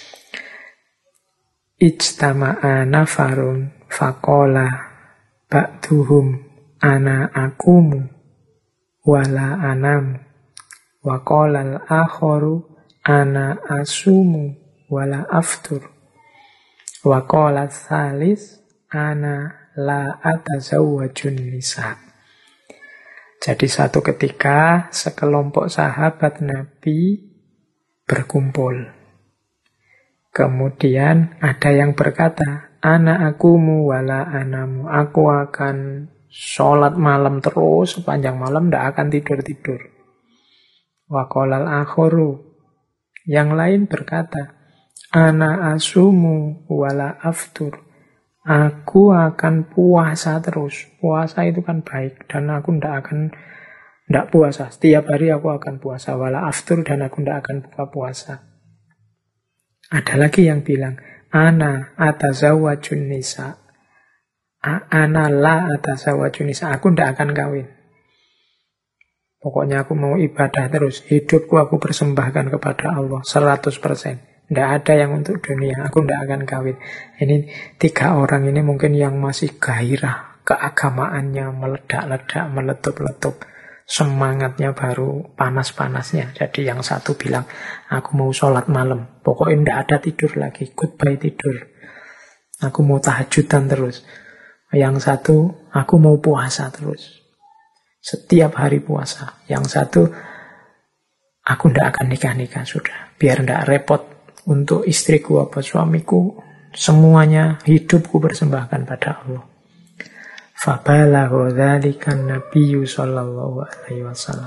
Ijtama'a nafarun faqala ba'duhum ana akumu wala anam wa qala al-akharu ana asumu wala aftur wa qala tsalis ana la atazawwajun nisa. Jadi satu ketika sekelompok sahabat Nabi berkumpul. Kemudian ada yang berkata, ana akumu wala anamu. Aku akan sholat malam terus, sepanjang malam tidak akan tidur-tidur. Wa qolal akharu. Yang lain berkata, ana asumu wala aftur. Aku akan puasa terus. Puasa itu kan baik. Dan aku tidak puasa. Setiap hari aku akan puasa. Wala aftur, dan aku tidak akan buka puasa. Ada lagi yang bilang, ana atazawwajun nisa. Ana la atazawwajun nisa. Aku tidak akan kawin. Pokoknya aku mau ibadah terus. Hidupku aku persembahkan kepada Allah 100%. Tidak ada yang untuk dunia. Aku tidak akan kawin. Ini 3 orang ini mungkin yang masih gairah. Keagamaannya meledak-ledak, meletup-letup. Semangatnya baru panas-panasnya. Jadi yang satu bilang, aku mau sholat malam. Pokoknya tidak ada tidur lagi. Goodbye tidur. Aku mau tahajudan terus. Yang satu, aku mau puasa terus. Setiap hari puasa. Yang satu, aku tidak akan nikah-nikah sudah. Biar tidak repot untuk istriku apa suamiku. Semuanya hidupku persembahkan pada Allah. Fabalagha dzalika Nabiyyu sallallahu alaihi wasallam.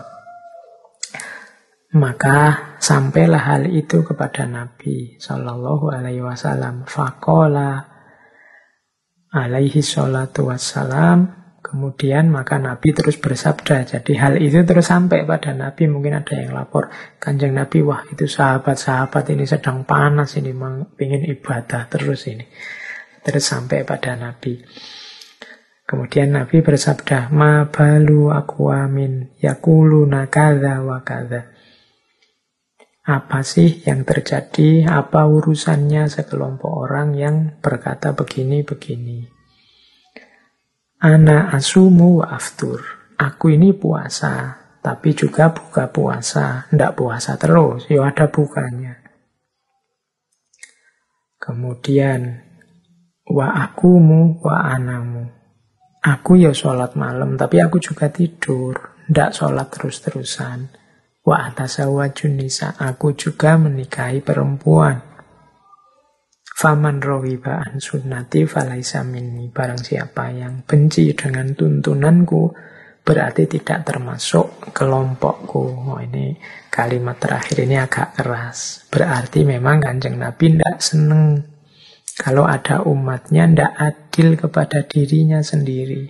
Maka sampailah hal itu kepada Nabi sallallahu alaihi wasallam. Faqala alaihi salatu wassalam. Kemudian maka Nabi terus bersabda. Jadi hal itu terus sampai pada Nabi. Mungkin ada yang lapor, Kanjeng Nabi, wah itu sahabat-sahabat ini sedang panas ini, ingin ibadah terus ini. Terus sampai pada Nabi. Kemudian Nabi bersabda, ma balu aqwamin yaquluna kadza wa kadza. Apa sih yang terjadi? Apa urusannya sekelompok orang yang berkata begini-begini? Ana asumu wa aftur. Aku ini puasa, tapi juga buka puasa. Tidak puasa terus, ya ada bukanya. Kemudian, wa akumu wa anamu. Aku ya sholat malam, tapi aku juga tidur. Tidak sholat terus-terusan. Wa atasawwajun nisa. Aku juga menikahi perempuan. Faman rawiba an sunnati falaisa minni. Barang siapa yang benci dengan tuntunanku, berarti tidak termasuk kelompokku. Oh, ini kalimat terakhir ini agak keras. Berarti memang Kanjeng Nabi tidak senang kalau ada umatnya tidak adil kepada dirinya sendiri.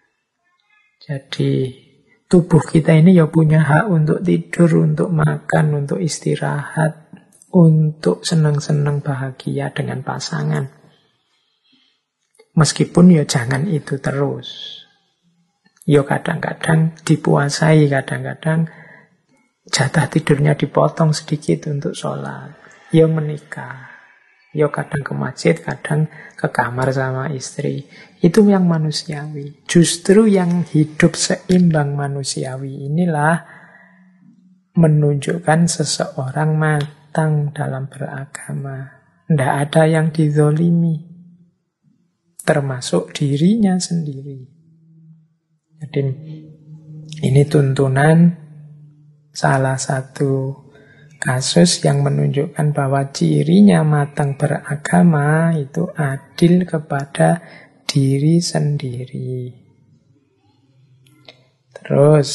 Jadi tubuh kita ini ya punya hak untuk tidur, untuk makan, untuk istirahat, untuk senang-senang bahagia dengan pasangan. Meskipun ya jangan itu terus. Ya kadang-kadang dipuasai, kadang-kadang jatah tidurnya dipotong sedikit untuk sholat. Ya menikah. Ya kadang ke masjid, kadang ke kamar sama istri. Itu yang manusiawi. Justru yang hidup seimbang manusiawi inilah menunjukkan seseorang matang dalam beragama. Tidak ada yang dizolimi, termasuk dirinya sendiri. Jadi ini tuntunan salah satu kasus yang menunjukkan bahwa cirinya matang beragama itu adil kepada diri sendiri. Terus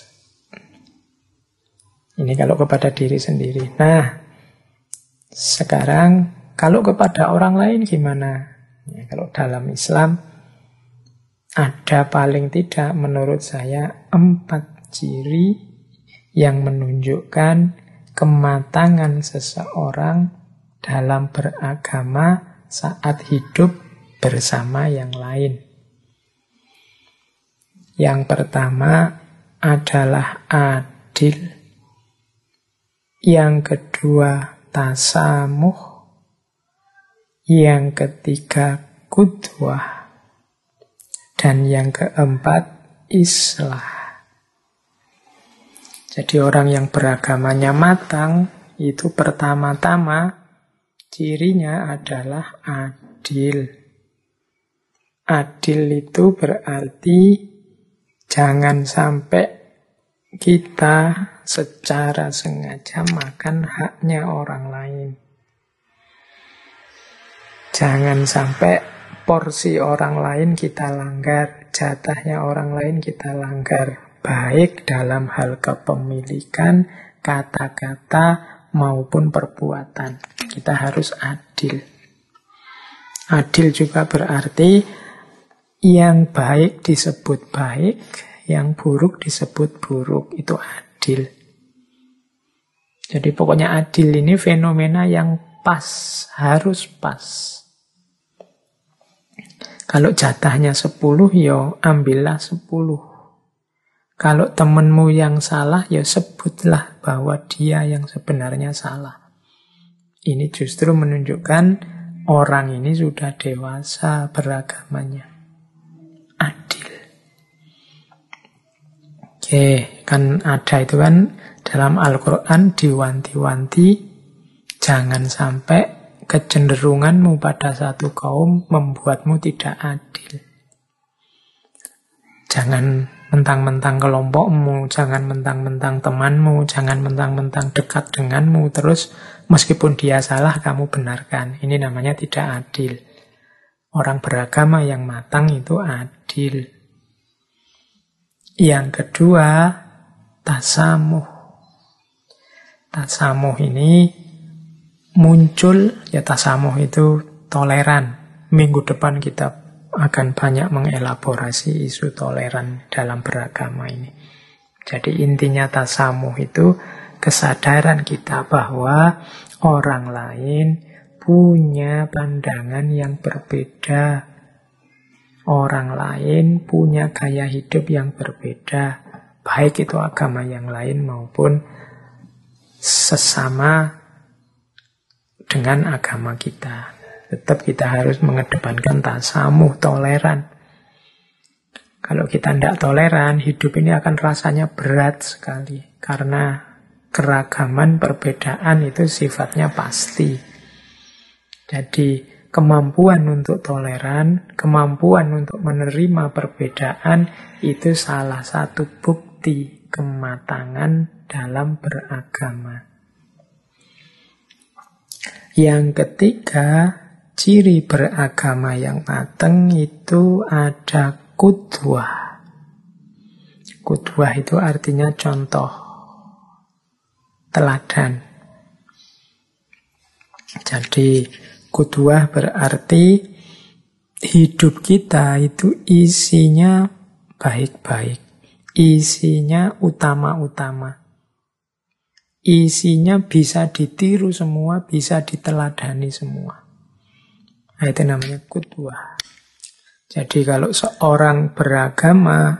ini kalau kepada diri sendiri. Nah, sekarang kalau kepada orang lain gimana? Ya, kalau dalam Islam ada paling tidak menurut saya 4 ciri yang menunjukkan kematangan seseorang dalam beragama saat hidup bersama yang lain. Yang pertama adalah adil. Yang kedua tasamuh. Yang ketiga qudwah. Dan yang keempat islah. Jadi orang yang beragamanya matang itu pertama-tama cirinya adalah adil. Adil itu berarti jangan sampai kita secara sengaja makan haknya orang lain. Jangan sampai porsi orang lain kita langgar, jatahnya orang lain kita langgar, baik dalam hal kepemilikan, kata-kata maupun perbuatan. Kita harus adil. Adil juga berarti yang baik disebut baik, yang buruk disebut buruk. Itu adil. Jadi pokoknya adil ini fenomena yang pas, harus pas. Kalau jatahnya 10, ya ambillah 10. Kalau temenmu yang salah, ya sebutlah bahwa dia yang sebenarnya salah. Ini justru menunjukkan orang ini sudah dewasa beragamanya. Adil. Oke, kan ada itu kan dalam Al-Quran diwanti-wanti, jangan sampai kecenderunganmu pada satu kaum membuatmu tidak adil. Jangan mentang-mentang kelompokmu, jangan mentang-mentang temanmu, jangan mentang-mentang dekat denganmu, terus meskipun dia salah kamu benarkan. Ini namanya tidak adil. Orang beragama yang matang itu adil. Yang kedua, tasamuh. Tasamuh ini muncul, ya tasamuh itu toleran. Minggu depan kita akan banyak mengelaborasi isu toleran dalam beragama ini. Jadi intinya tasamuh itu kesadaran kita bahwa orang lain punya pandangan yang berbeda. Orang lain punya gaya hidup yang berbeda. Baik itu agama yang lain maupun sesama dengan agama kita. Tetap kita harus mengedepankan tasamuh, toleran. Kalau kita tidak toleran, hidup ini akan rasanya berat sekali. Karena keragaman, perbedaan itu sifatnya pasti. Jadi kemampuan untuk toleran, kemampuan untuk menerima perbedaan, itu salah satu bukti kematangan dalam beragama. Yang ketiga, ciri beragama yang matang itu ada qudwah. Qudwah itu artinya contoh, teladan. Jadi qudwah berarti hidup kita itu isinya baik-baik, isinya utama-utama. Isinya bisa ditiru semua, bisa diteladani semua. Nah, itu namanya qudwah. Jadi kalau seorang beragama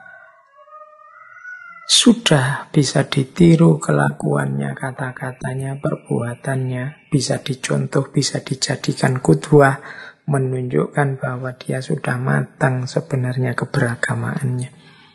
sudah bisa ditiru kelakuannya, kata-katanya, perbuatannya, bisa dicontoh, bisa dijadikan qudwah, menunjukkan bahwa dia sudah matang sebenarnya keberagamaannya.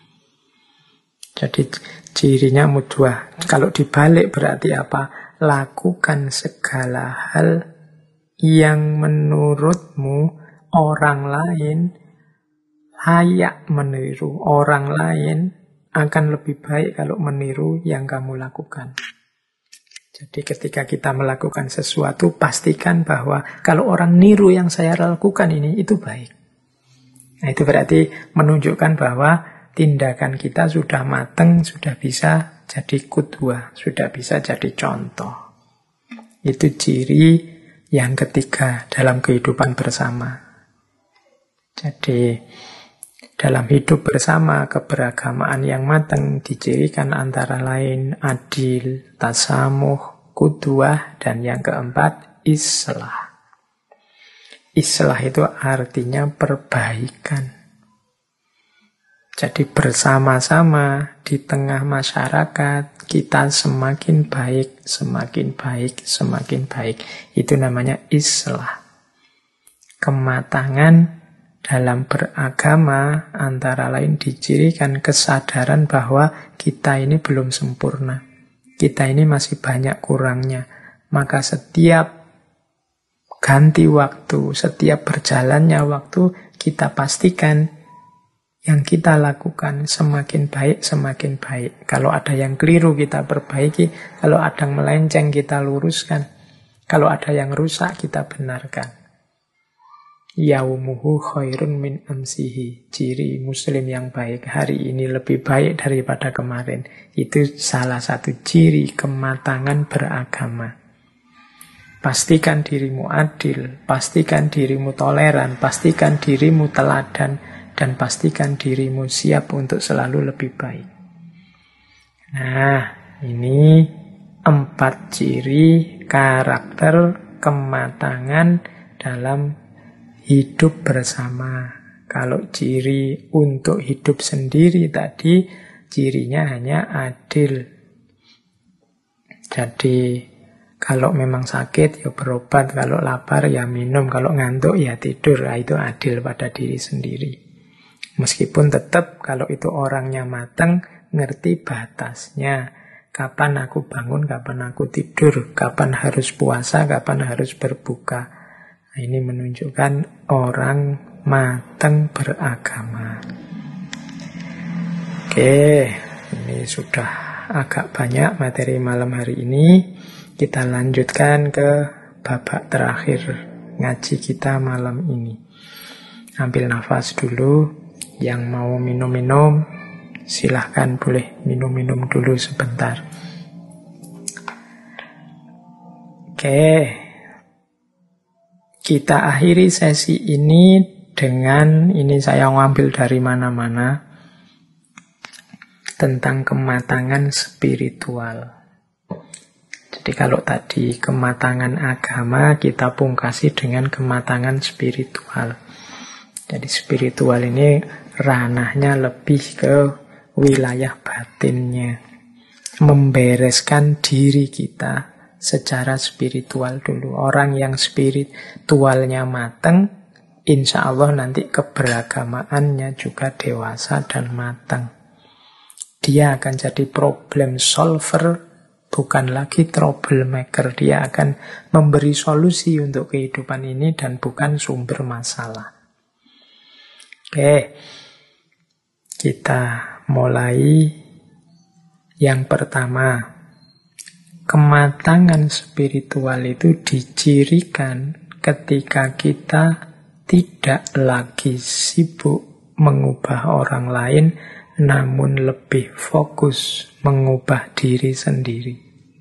Jadi cirinya qudwah. Kalau dibalik berarti apa? Lakukan segala hal yang menurutmu orang lain layak meniru. Orang lain akan lebih baik kalau meniru yang kamu lakukan. Jadi ketika kita melakukan sesuatu, pastikan bahwa kalau orang niru yang saya lakukan ini, itu baik. Nah, itu berarti menunjukkan bahwa tindakan kita sudah matang, sudah bisa jadi qudwah, sudah bisa jadi contoh. Itu ciri yang ketiga dalam kehidupan bersama. Jadi dalam hidup bersama, keberagamaan yang matang dicirikan antara lain adil, tasamuh, qudwah, dan yang keempat islah. Islah itu artinya perbaikan. Jadi bersama-sama di tengah masyarakat kita semakin baik, semakin baik, semakin baik. Itu namanya islah. Kematangan dalam beragama antara lain dicirikan kesadaran bahwa kita ini belum sempurna. Kita ini masih banyak kurangnya. Maka setiap ganti waktu, setiap berjalannya waktu, kita pastikan yang kita lakukan semakin baik, semakin baik. Kalau ada yang keliru kita perbaiki, kalau ada yang melenceng kita luruskan, kalau ada yang rusak kita benarkan. Yaumuhu khairun min amsihi. Ciri muslim yang baik hari ini lebih baik daripada kemarin. Itu salah satu ciri kematangan beragama. Pastikan dirimu adil, pastikan dirimu toleran, pastikan dirimu teladan, dan pastikan dirimu siap untuk selalu lebih baik. Nah, ini 4 ciri karakter kematangan dalam hidup bersama. Kalau ciri untuk hidup sendiri tadi, cirinya hanya adil. Jadi, kalau memang sakit, ya berobat. Kalau lapar, ya minum. Kalau ngantuk, ya tidur. Nah, itu adil pada diri sendiri. Meskipun tetap kalau itu orangnya matang, ngerti batasnya. Kapan aku bangun, kapan aku tidur. Kapan harus puasa, kapan harus berbuka. Nah, ini menunjukkan orang matang beragama. Oke, ini sudah agak banyak materi malam hari ini. Kita lanjutkan ke babak terakhir ngaji kita malam ini. Ambil nafas dulu. Yang mau minum-minum, silahkan boleh minum-minum dulu sebentar. Oke. Kita akhiri sesi ini dengan, ini saya ngambil dari mana-mana, tentang kematangan spiritual. Jadi kalau tadi kematangan agama, kita pungkasi dengan kematangan spiritual. Jadi spiritual ini ranahnya lebih ke wilayah batinnya. Membereskan diri kita secara spiritual dulu. Orang yang spiritualnya matang, insya Allah nanti keberagamaannya juga dewasa dan matang. Dia akan jadi problem solver, bukan lagi troublemaker. Dia akan memberi solusi untuk kehidupan ini dan bukan sumber masalah. Oke, kita mulai yang pertama. Kematangan spiritual itu dicirikan ketika kita tidak lagi sibuk mengubah orang lain, namun lebih fokus mengubah diri sendiri.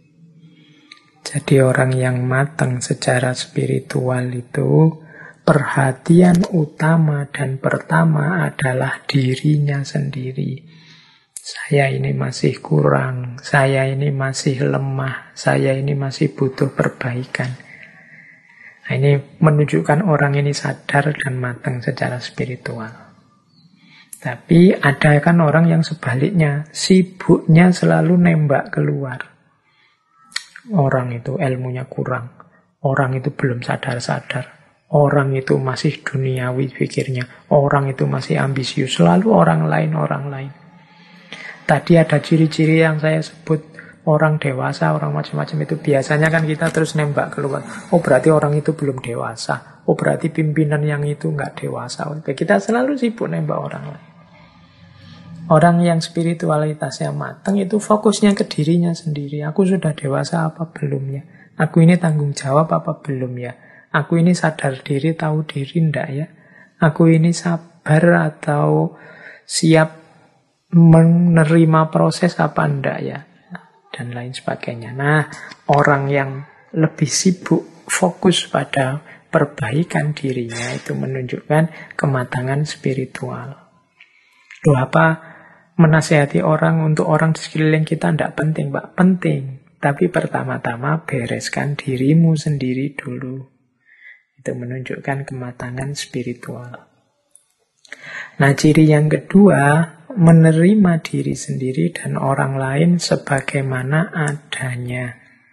Jadi orang yang matang secara spiritual itu perhatian utama dan pertama adalah dirinya sendiri. Saya ini masih kurang, saya ini masih lemah, saya ini masih butuh perbaikan. Nah, ini menunjukkan orang ini sadar dan matang secara spiritual. Tapi ada kan orang yang sebaliknya, sibuknya selalu nembak keluar. Orang itu ilmunya kurang, orang itu belum sadar-sadar, orang itu masih duniawi pikirnya, orang itu masih ambisius, selalu orang lain. Tadi ada ciri-ciri yang saya sebut, orang dewasa, orang macam-macam itu. Biasanya kan kita terus nembak keluar. Oh berarti orang itu belum dewasa. Oh berarti pimpinan yang itu nggak dewasa. Kita selalu sibuk nembak orang lain. Orang yang spiritualitasnya matang itu fokusnya ke dirinya sendiri. Aku sudah dewasa apa belum ya? Aku ini tanggung jawab apa belum ya? Aku ini sadar diri, tahu diri enggak ya? Aku ini sabar atau siap menerima proses apa enggak ya, dan lain sebagainya. Nah, orang yang lebih sibuk fokus pada perbaikan dirinya itu menunjukkan kematangan spiritual. Loh, apa menasihati orang untuk orang di sekeliling kita enggak penting, Pak? Penting. Tapi pertama-tama bereskan dirimu sendiri dulu. Itu menunjukkan kematangan spiritual. Nah, ciri yang kedua, menerima diri sendiri dan orang lain sebagaimana adanya.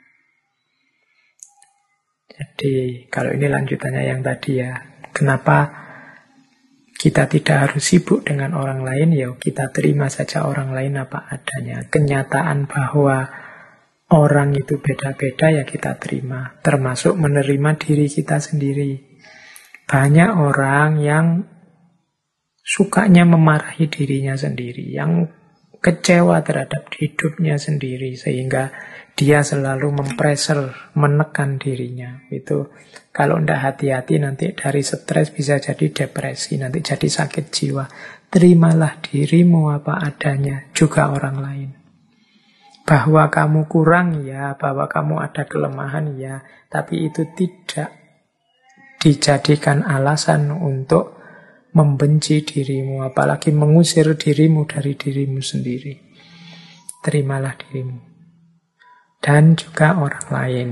Jadi, kalau ini lanjutannya yang tadi ya, kenapa kita tidak harus sibuk dengan orang lain? Ya, kita terima saja orang lain apa adanya. Kenyataan bahwa orang itu beda-beda ya kita terima, termasuk menerima diri kita sendiri. Banyak orang yang sukanya memarahi dirinya sendiri, yang kecewa terhadap hidupnya sendiri, sehingga dia selalu mempressure, menekan dirinya. Itu kalau tidak hati-hati nanti dari stres bisa jadi depresi, nanti jadi sakit jiwa. Terimalah dirimu apa adanya, juga orang lain. Bahwa kamu kurang ya, bahwa kamu ada kelemahan ya, tapi itu tidak dijadikan alasan untuk membenci dirimu, apalagi mengusir dirimu dari dirimu sendiri. Terimalah dirimu. Dan juga orang lain.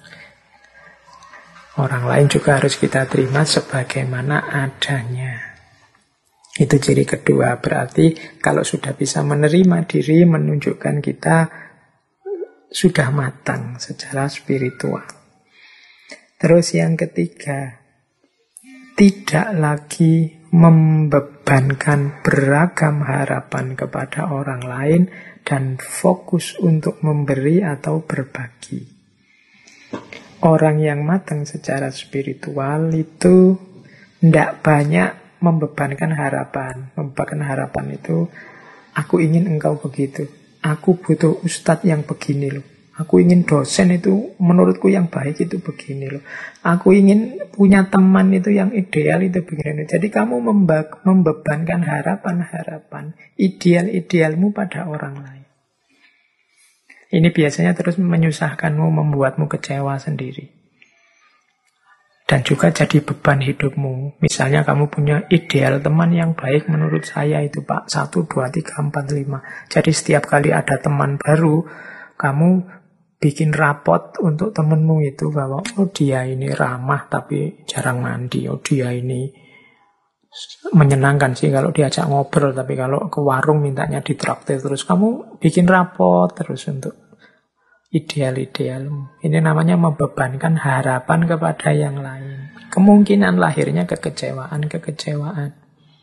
Orang lain juga harus kita terima sebagaimana adanya. Itu ciri kedua, berarti kalau sudah bisa menerima diri, menunjukkan kita sudah matang secara spiritual. Terus yang ketiga, tidak lagi membebankan beragam harapan kepada orang lain dan fokus untuk memberi atau berbagi. Orang yang matang secara spiritual itu tidak banyak membebankan harapan. Membebankan harapan itu, aku ingin engkau begitu. Aku butuh ustadz yang begini loh. Aku ingin dosen itu menurutku yang baik itu begini loh. Aku ingin punya teman itu yang ideal itu begini loh. Jadi kamu membebankan harapan-harapan ideal-idealmu pada orang lain. Ini biasanya terus menyusahkanmu, membuatmu kecewa sendiri. Dan juga jadi beban hidupmu. Misalnya kamu punya ideal teman yang baik menurut saya itu Pak 1, 2, 3, 4, 5. Jadi setiap kali ada teman baru, kamu bikin rapot untuk temanmu itu bahwa oh dia ini ramah tapi jarang mandi. Oh dia ini menyenangkan sih kalau diajak ngobrol, tapi kalau ke warung mintanya ditraktir terus. Kamu bikin rapot terus untuk ideal-idealmu. Ini namanya membebankan harapan kepada yang lain. Kemungkinan lahirnya kekecewaan.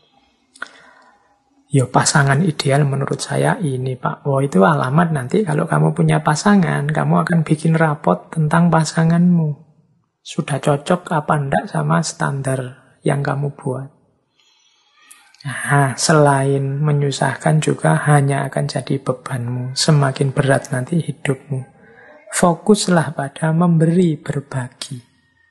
Ya pasangan ideal menurut saya ini Pak. Oh itu alamat nanti kalau kamu punya pasangan, kamu akan bikin rapot tentang pasanganmu. Sudah cocok apa enggak sama standar yang kamu buat. Nah, selain menyusahkan juga hanya akan jadi bebanmu. Semakin berat nanti hidupmu. Fokuslah pada memberi, berbagi.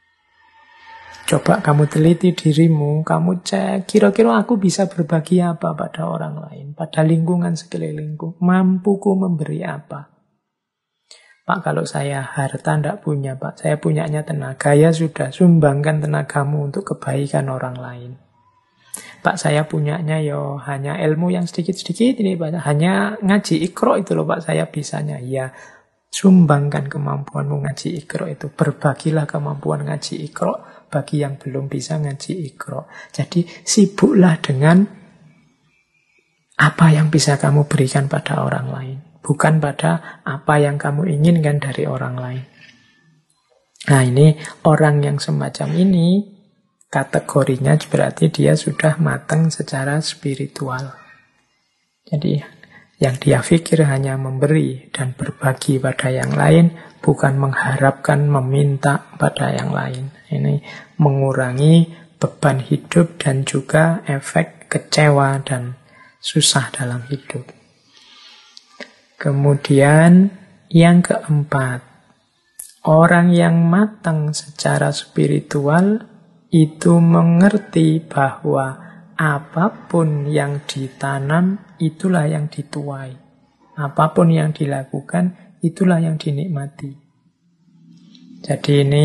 Coba kamu teliti dirimu, kamu cek kira-kira aku bisa berbagi apa pada orang lain, pada lingkungan sekelilingku, mampuku memberi apa. Pak, kalau saya harta tidak punya Pak, saya punyanya tenaga, ya sudah, sumbangkan tenagamu untuk kebaikan orang lain. Pak, saya punyanya yo hanya ilmu yang sedikit-sedikit ini Pak, hanya ngaji Iqra itu loh Pak, saya bisanya. Ya, sumbangkan kemampuanmu ngaji Iqra itu. Berbagilah kemampuan ngaji Iqra bagi yang belum bisa ngaji Iqra. Jadi sibuklah dengan apa yang bisa kamu berikan pada orang lain, bukan pada apa yang kamu inginkan dari orang lain. Nah ini orang yang semacam ini kategorinya berarti dia sudah matang secara spiritual. Jadi yang dia pikir hanya memberi dan berbagi pada yang lain, bukan mengharapkan, meminta pada yang lain. Ini mengurangi beban hidup dan juga efek kecewa dan susah dalam hidup. Kemudian yang keempat, orang yang matang secara spiritual itu mengerti bahwa apapun yang ditanam, itulah yang dituai. Apapun yang dilakukan, itulah yang dinikmati. Jadi ini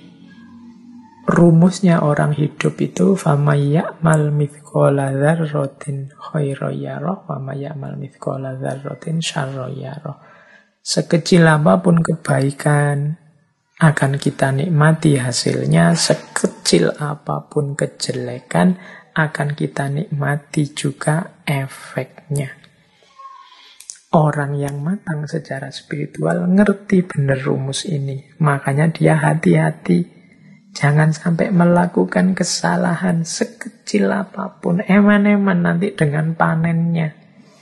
rumusnya orang hidup itu, فَمَنْ يَعْمَلْ مِثْقَالَ ذَرَّةٍ خَيْرًا يَرَهُ وَمَنْ يَعْمَلْ مِثْقَالَ ذَرَّةٍ شَرًّا يَرَهُ. Sekecil apapun kebaikan, akan kita nikmati hasilnya. Sekecil apapun kejelekan, akan kita nikmati juga efeknya. Orang yang matang secara spiritual ngerti benar rumus ini. Makanya dia hati-hati. Jangan sampai melakukan kesalahan sekecil apapun. Eman-eman nanti dengan panennya.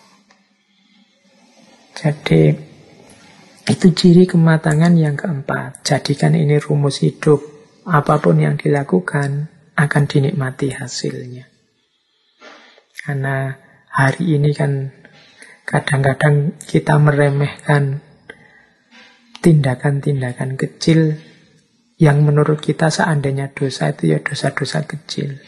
Jadi itu ciri kematangan yang keempat. Jadikan ini rumus hidup. Apapun yang dilakukan akan dinikmati hasilnya. Karena hari ini kan kadang-kadang kita meremehkan tindakan-tindakan kecil yang menurut kita seandainya dosa itu ya dosa-dosa kecil.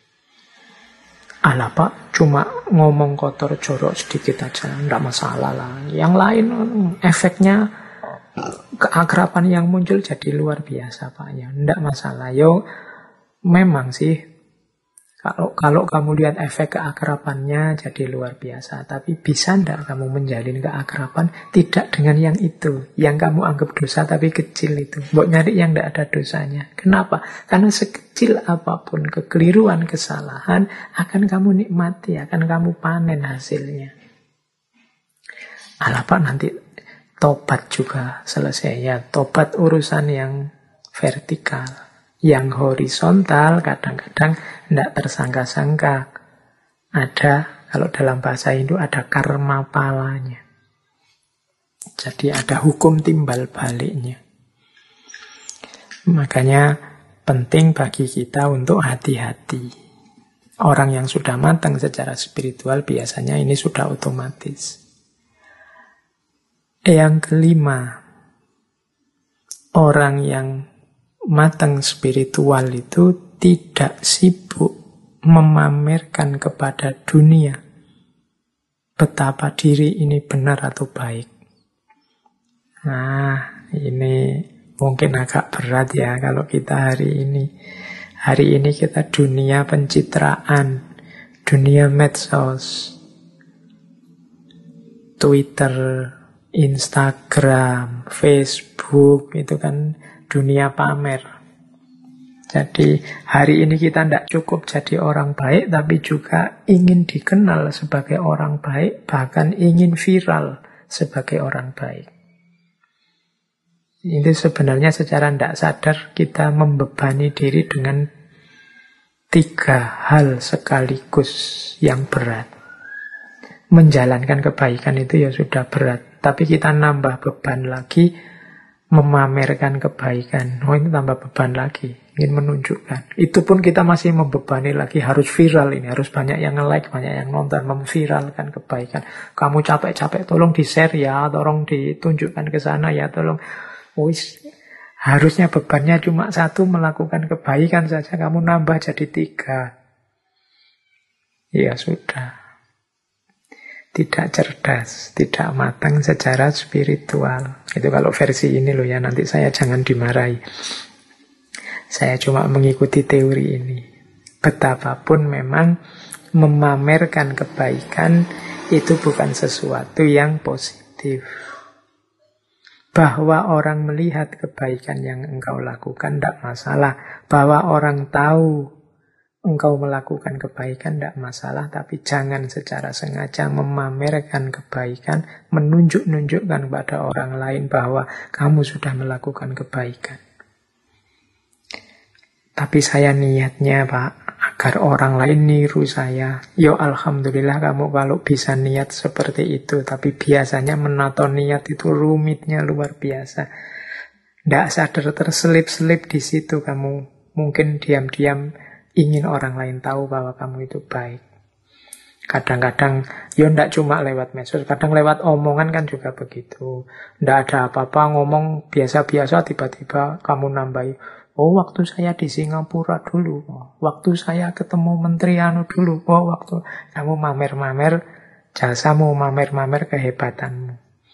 Alah Pak, cuma ngomong kotor jorok sedikit aja, enggak masalah lah. Yang lain efeknya keakraban yang muncul jadi luar biasa Pak ya, enggak masalah. Yo memang sih kalau kamu lihat efek keakrabannya jadi luar biasa, tapi bisa enggak kamu menjalin keakraban tidak dengan yang itu, yang kamu anggap dosa tapi kecil itu. Mbok nyari yang enggak ada dosanya. Kenapa? Karena sekecil apapun kekeliruan, kesalahan akan kamu nikmati, akan kamu panen hasilnya. Alah Pak, nanti tobat juga selesai ya. Tobat urusan yang vertikal. Yang horizontal kadang-kadang tidak tersangka-sangka. Ada, kalau dalam bahasa Hindu ada karma palanya. Jadi ada hukum timbal baliknya. Makanya penting bagi kita untuk hati-hati. Orang yang sudah matang secara spiritual biasanya ini sudah otomatis. Yang kelima, orang yang matang spiritual itu tidak sibuk memamerkan kepada dunia betapa diri ini benar atau baik. Nah, ini mungkin agak berat ya kalau kita hari ini. Hari ini kita dunia pencitraan, dunia medsos, Twitter, Instagram, Facebook, itu kan dunia pamer. Jadi hari ini kita tidak cukup jadi orang baik, tapi juga ingin dikenal sebagai orang baik, bahkan ingin viral sebagai orang baik. Ini sebenarnya secara tidak sadar kita membebani diri dengan 3 hal sekaligus yang berat. Menjalankan kebaikan itu ya sudah berat, tapi kita nambah beban lagi memamerkan kebaikan. Oh, ini tambah beban lagi, ingin menunjukkan. Itu pun kita masih membebani lagi, harus viral ini, harus banyak yang nge-like, banyak yang nonton, memviralkan kebaikan. Kamu capek-capek, tolong di-share ya, tolong ditunjukkan ke sana ya, tolong. Wis, harusnya bebannya cuma 1, melakukan kebaikan saja, kamu nambah jadi 3. Ya sudah. Tidak cerdas, tidak matang secara spiritual. Itu kalau versi ini loh ya, nanti saya jangan dimarahi. Saya cuma mengikuti teori ini. Betapapun memang memamerkan kebaikan itu bukan sesuatu yang positif. Bahwa orang melihat kebaikan yang engkau lakukan tidak masalah. Bahwa orang tahu engkau melakukan kebaikan tidak masalah, tapi jangan secara sengaja memamerkan kebaikan, menunjukkan pada orang lain bahwa kamu sudah melakukan kebaikan. Tapi saya niatnya Pak, agar orang lain niru saya. Yo alhamdulillah kamu kalau bisa niat seperti itu, tapi biasanya menato niat itu rumitnya luar biasa. Tidak sadar terselip-selip di situ kamu. Mungkin diam-diam ingin orang lain tahu bahwa kamu itu baik. Kadang-kadang, ya ndak cuma lewat medsos, kadang lewat omongan kan juga begitu. Ndak ada apa-apa, ngomong biasa-biasa, tiba-tiba kamu nambahi, oh waktu saya di Singapura dulu, oh, waktu saya ketemu Menteri anu dulu, oh waktu kamu mamer-mamer jasamu, mamer-mamer kehebatanmu.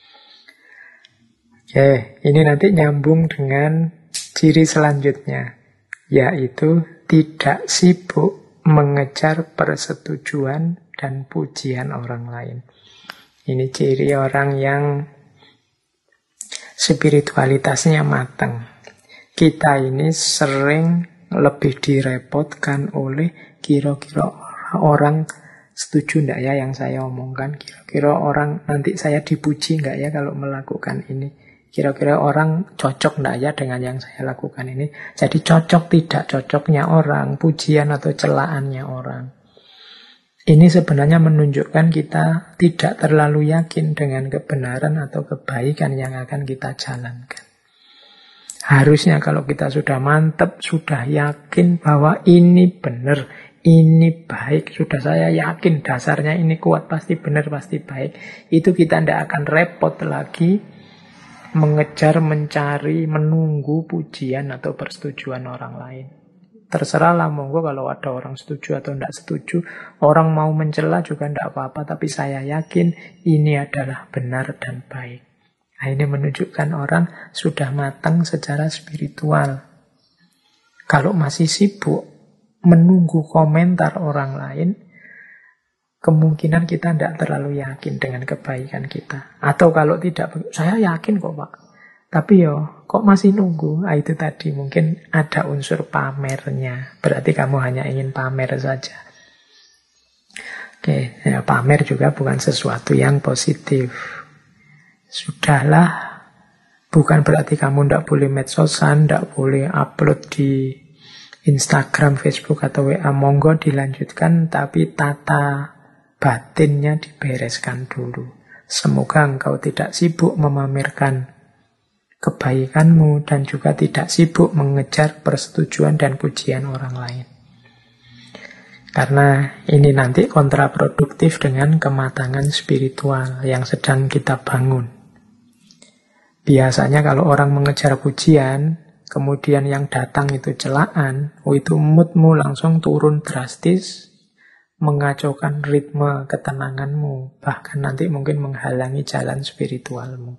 Oke, ini nanti nyambung dengan ciri selanjutnya, yaitu tidak sibuk mengejar persetujuan dan pujian orang lain. Ini ciri orang yang spiritualitasnya matang. Kita ini sering lebih direpotkan oleh kira-kira orang setuju enggak ya yang saya omongkan. Kira-kira orang nanti saya dipuji enggak ya kalau melakukan ini. Kira-kira orang cocok enggak ya dengan yang saya lakukan ini. Jadi cocok tidak cocoknya orang, pujian atau celaannya orang. Ini sebenarnya menunjukkan kita tidak terlalu yakin dengan kebenaran atau kebaikan yang akan kita jalankan. Harusnya kalau kita sudah mantap, sudah yakin bahwa ini benar, ini baik, sudah saya yakin dasarnya ini kuat, pasti benar, pasti baik. Itu kita tidak akan repot lagi mengejar, mencari, menunggu pujian atau persetujuan orang lain. Terserahlah, monggo kalau ada orang setuju atau tidak setuju. Orang mau mencela juga tidak apa-apa, tapi saya yakin ini adalah benar dan baik. Nah, ini menunjukkan orang sudah matang secara spiritual. Kalau masih sibuk menunggu komentar orang lain, kemungkinan kita tidak terlalu yakin dengan kebaikan kita. Atau kalau tidak, saya yakin kok Pak, tapi kok masih nunggu? Nah, itu tadi mungkin ada unsur pamernya. Berarti kamu hanya ingin pamer saja. Oke, ya, pamer juga bukan sesuatu yang positif. Sudahlah, bukan berarti kamu tidak boleh medsosan, tidak boleh upload di Instagram, Facebook, atau WA. Monggo dilanjutkan, tapi tata batinnya dibereskan dulu. Semoga engkau tidak sibuk memamerkan kebaikanmu dan juga tidak sibuk mengejar persetujuan dan pujian orang lain. Karena ini nanti kontraproduktif dengan kematangan spiritual yang sedang kita bangun. Biasanya kalau orang mengejar pujian, kemudian yang datang itu celaan, itu moodmu langsung turun drastis, mengacaukan ritme ketenanganmu, bahkan nanti mungkin menghalangi jalan spiritualmu.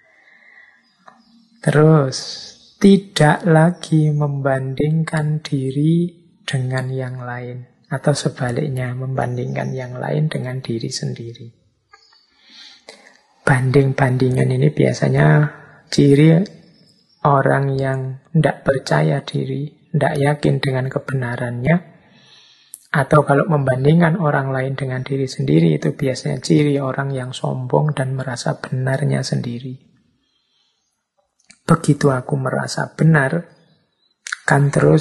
Terus, tidak lagi membandingkan diri dengan yang lain. Atau sebaliknya, membandingkan yang lain dengan diri sendiri. Banding-bandingan ini biasanya ciri orang yang tidak percaya diri, tidak yakin dengan kebenarannya. Atau kalau membandingkan orang lain dengan diri sendiri, itu biasanya ciri orang yang sombong dan merasa benarnya sendiri. Begitu aku merasa benar, kan terus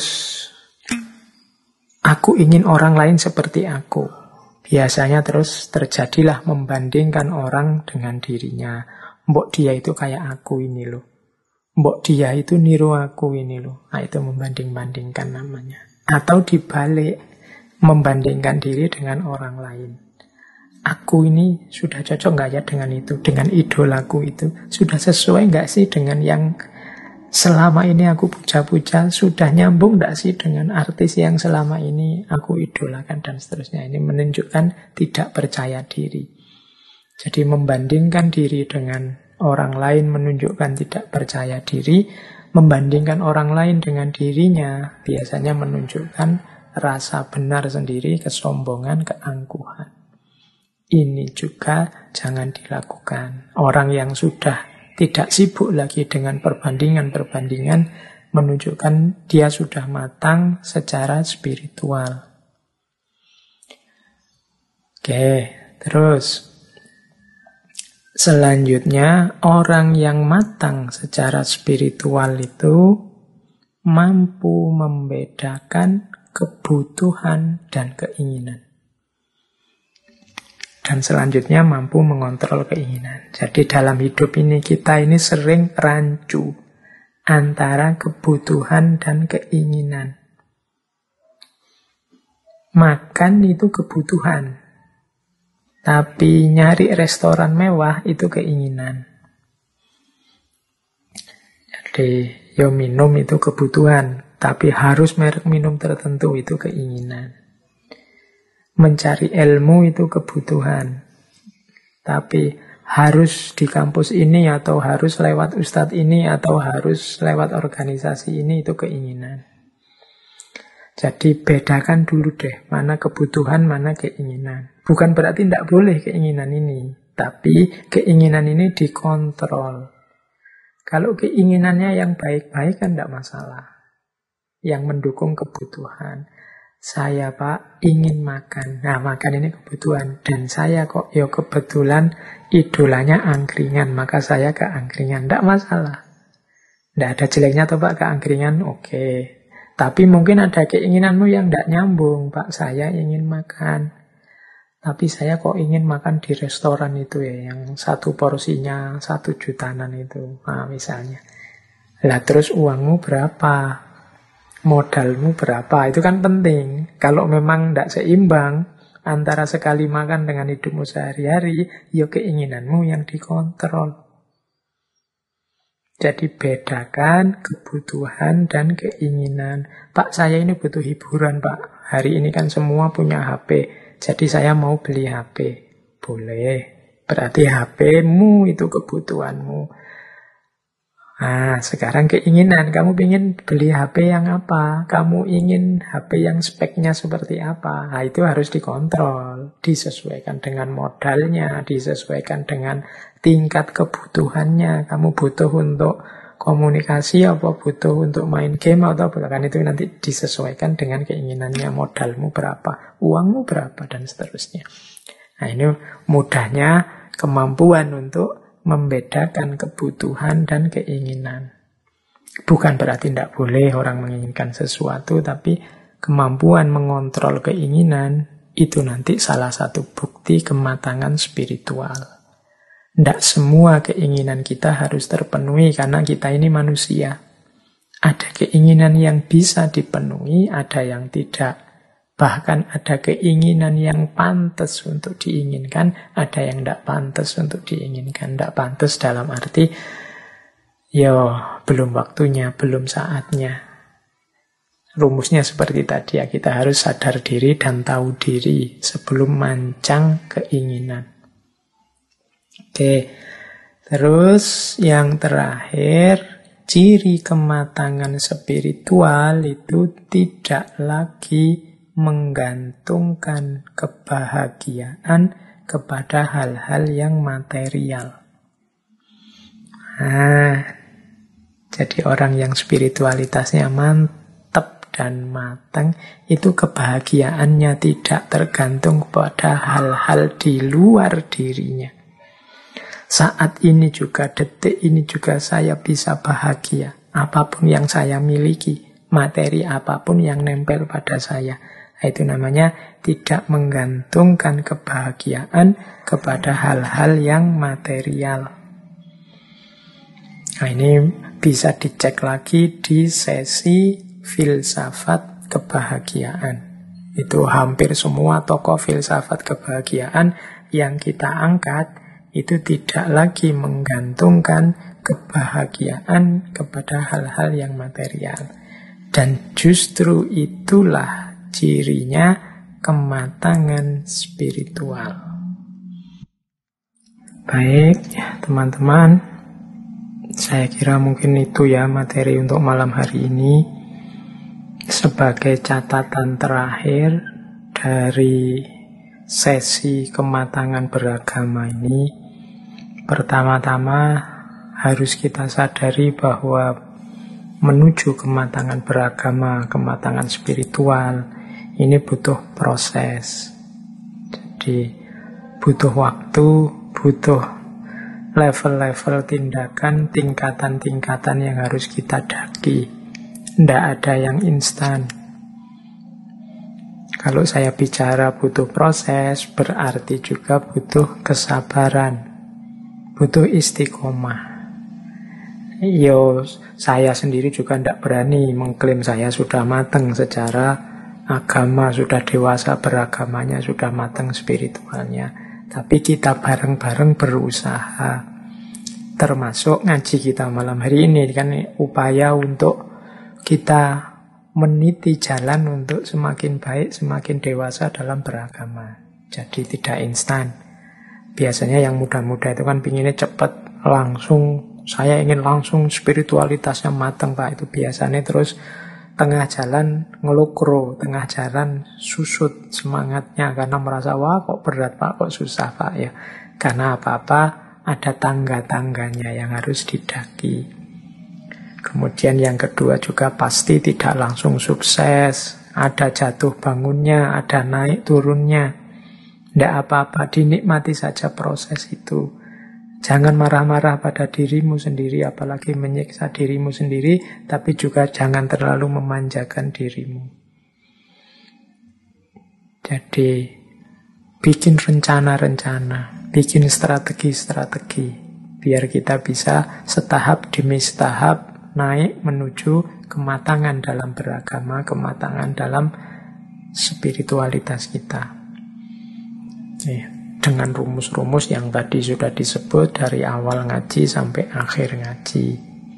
aku ingin orang lain seperti aku. Biasanya terus terjadilah membandingkan orang dengan dirinya. Mbok dia itu kayak aku ini loh. Mbok dia itu niru aku ini loh. Nah, itu membanding-bandingkan namanya. Atau dibalik, membandingkan diri dengan orang lain. Aku ini sudah cocok nggak ya dengan itu, dengan idolaku itu? Sudah sesuai nggak sih dengan yang selama ini aku puja-puja? Sudah nyambung nggak sih dengan artis yang selama ini aku idolakan dan seterusnya? Ini menunjukkan tidak percaya diri. Jadi membandingkan diri dengan orang lain menunjukkan tidak percaya diri. Membandingkan orang lain dengan dirinya biasanya menunjukkan rasa benar sendiri, kesombongan, keangkuhan. Ini juga jangan dilakukan. Orang yang sudah tidak sibuk lagi dengan perbandingan-perbandingan menunjukkan dia sudah matang secara spiritual. Oke, terus selanjutnya orang yang matang secara spiritual itu mampu membedakan kebutuhan dan keinginan. Dan selanjutnya mampu mengontrol keinginan. Jadi dalam hidup ini kita ini sering rancu antara kebutuhan dan keinginan. Makan itu kebutuhan, tapi nyari restoran mewah itu keinginan. Jadi minum itu kebutuhan, tapi harus merek minum tertentu itu keinginan. Mencari ilmu itu kebutuhan, tapi harus di kampus ini atau harus lewat ustadz ini atau harus lewat organisasi ini itu keinginan. Jadi bedakan dulu deh mana kebutuhan, mana keinginan. Bukan berarti tidak boleh keinginan ini, tapi keinginan ini dikontrol. Kalau keinginannya yang baik-baik kan tidak masalah, yang mendukung kebutuhan. Saya Pak ingin makan. Nah makan ini kebutuhan. Dan saya kok kebetulan idolanya angkringan, maka saya ke angkringan. Tidak masalah. Tidak ada jeleknya toh Pak ke angkringan. Oke. Tapi mungkin ada keinginanmu yang tidak nyambung. Pak saya ingin makan, tapi saya kok ingin makan di restoran itu ya, yang satu porsinya 1 jutaan itu. Nah misalnya. Lah terus uangmu berapa? Modalmu berapa? Itu kan penting. Kalau memang tidak seimbang antara sekali makan dengan hidupmu sehari-hari, ya keinginanmu yang dikontrol. Jadi bedakan kebutuhan dan keinginan. Pak, saya ini butuh hiburan, Pak. Hari ini kan semua punya HP. Jadi saya mau beli HP. Boleh. Berarti HP-mu itu kebutuhanmu. Nah, sekarang keinginan. Kamu ingin beli HP yang apa? Kamu ingin HP yang speknya seperti apa? Nah, itu harus dikontrol. Disesuaikan dengan modalnya, disesuaikan dengan tingkat kebutuhannya. Kamu butuh untuk komunikasi, apa butuh untuk main game, atau bahkan itu nanti disesuaikan dengan keinginannya. Modalmu berapa, uangmu berapa, dan seterusnya. Nah, ini mudahnya kemampuan untuk membedakan kebutuhan dan keinginan. Bukan berarti tidak boleh orang menginginkan sesuatu, tapi kemampuan mengontrol keinginan itu nanti salah satu bukti kematangan spiritual. Tidak semua keinginan kita harus terpenuhi karena kita ini manusia. Ada keinginan yang bisa dipenuhi, ada yang tidak. Bahkan ada keinginan yang pantas untuk diinginkan, ada yang tidak pantas untuk diinginkan. Tidak pantas dalam arti, belum waktunya, belum saatnya. Rumusnya seperti tadi ya, kita harus sadar diri dan tahu diri sebelum mancang keinginan. Oke, terus yang terakhir, ciri kematangan spiritual itu tidak lagi menggantungkan kebahagiaan kepada hal-hal yang material. Nah, jadi orang yang spiritualitasnya mantap dan matang, itu kebahagiaannya tidak tergantung pada hal-hal di luar dirinya. Saat ini juga, detik ini juga saya bisa bahagia. Apapun yang saya miliki, materi apapun yang nempel pada saya. Itu namanya tidak menggantungkan kebahagiaan kepada hal-hal yang material. Nah, ini bisa dicek lagi di sesi filsafat kebahagiaan. Itu hampir semua tokoh filsafat kebahagiaan yang kita angkat itu tidak lagi menggantungkan kebahagiaan kepada hal-hal yang material. Dan justru itulah cirinya kematangan spiritual. Baik, teman-teman, saya kira mungkin itu ya materi untuk malam hari ini. Sebagai catatan terakhir dari sesi kematangan beragama ini, pertama-tama harus kita sadari bahwa menuju kematangan beragama, kematangan spiritual, ini butuh proses. Jadi butuh waktu, butuh level-level tindakan, tingkatan-tingkatan yang harus kita daki. Tidak ada yang instan. Kalau saya bicara butuh proses, berarti juga butuh kesabaran, butuh istiqomah. Saya sendiri juga tidak berani mengklaim saya sudah matang secara agama, sudah dewasa beragamanya, sudah matang spiritualnya. Tapi kita bareng-bareng berusaha. Termasuk ngaji kita malam hari ini kan upaya untuk kita meniti jalan untuk semakin baik, semakin dewasa dalam beragama. Jadi tidak instan. Biasanya yang muda-muda itu kan pinginnya cepat, langsung. Saya ingin langsung spiritualitasnya matang, Pak. Itu biasanya terus tengah jalan ngelukro, tengah jalan susut semangatnya karena merasa, wah kok berat Pak, kok susah Pak ya. Karena apa-apa ada tangga-tangganya yang harus didaki. Kemudian yang kedua juga pasti tidak langsung sukses. Ada jatuh bangunnya, ada naik turunnya. Tidak apa-apa, dinikmati saja proses itu. Jangan marah-marah pada dirimu sendiri, apalagi menyiksa dirimu sendiri, tapi juga jangan terlalu memanjakan dirimu. Jadi, bikin rencana-rencana, bikin strategi-strategi, biar kita bisa setahap demi setahap naik menuju kematangan dalam beragama, kematangan dalam spiritualitas kita. Dengan rumus-rumus yang tadi sudah disebut dari awal ngaji sampai akhir ngaji.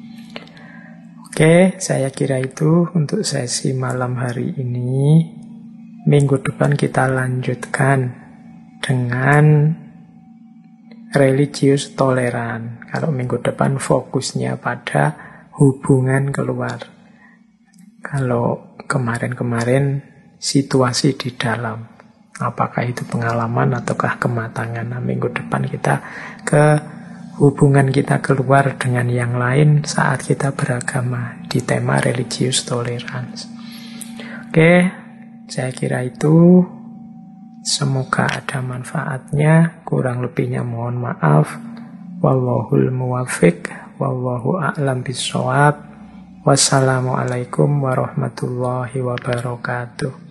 Oke, saya kira itu untuk sesi malam hari ini. Minggu depan kita lanjutkan dengan religius toleran. Kalau minggu depan fokusnya pada hubungan keluar. Kalau kemarin-kemarin situasi di dalam. Apakah itu pengalaman ataukah kematangan. Nah, minggu depan kita ke hubungan kita keluar dengan yang lain saat kita beragama di tema religious tolerance. Oke, saya kira itu. Semoga ada manfaatnya. Kurang lebihnya mohon maaf. Wallahul muwaffiq. Wallahu a'lam bishawab. Wassalamualaikum warahmatullahi wabarakatuh.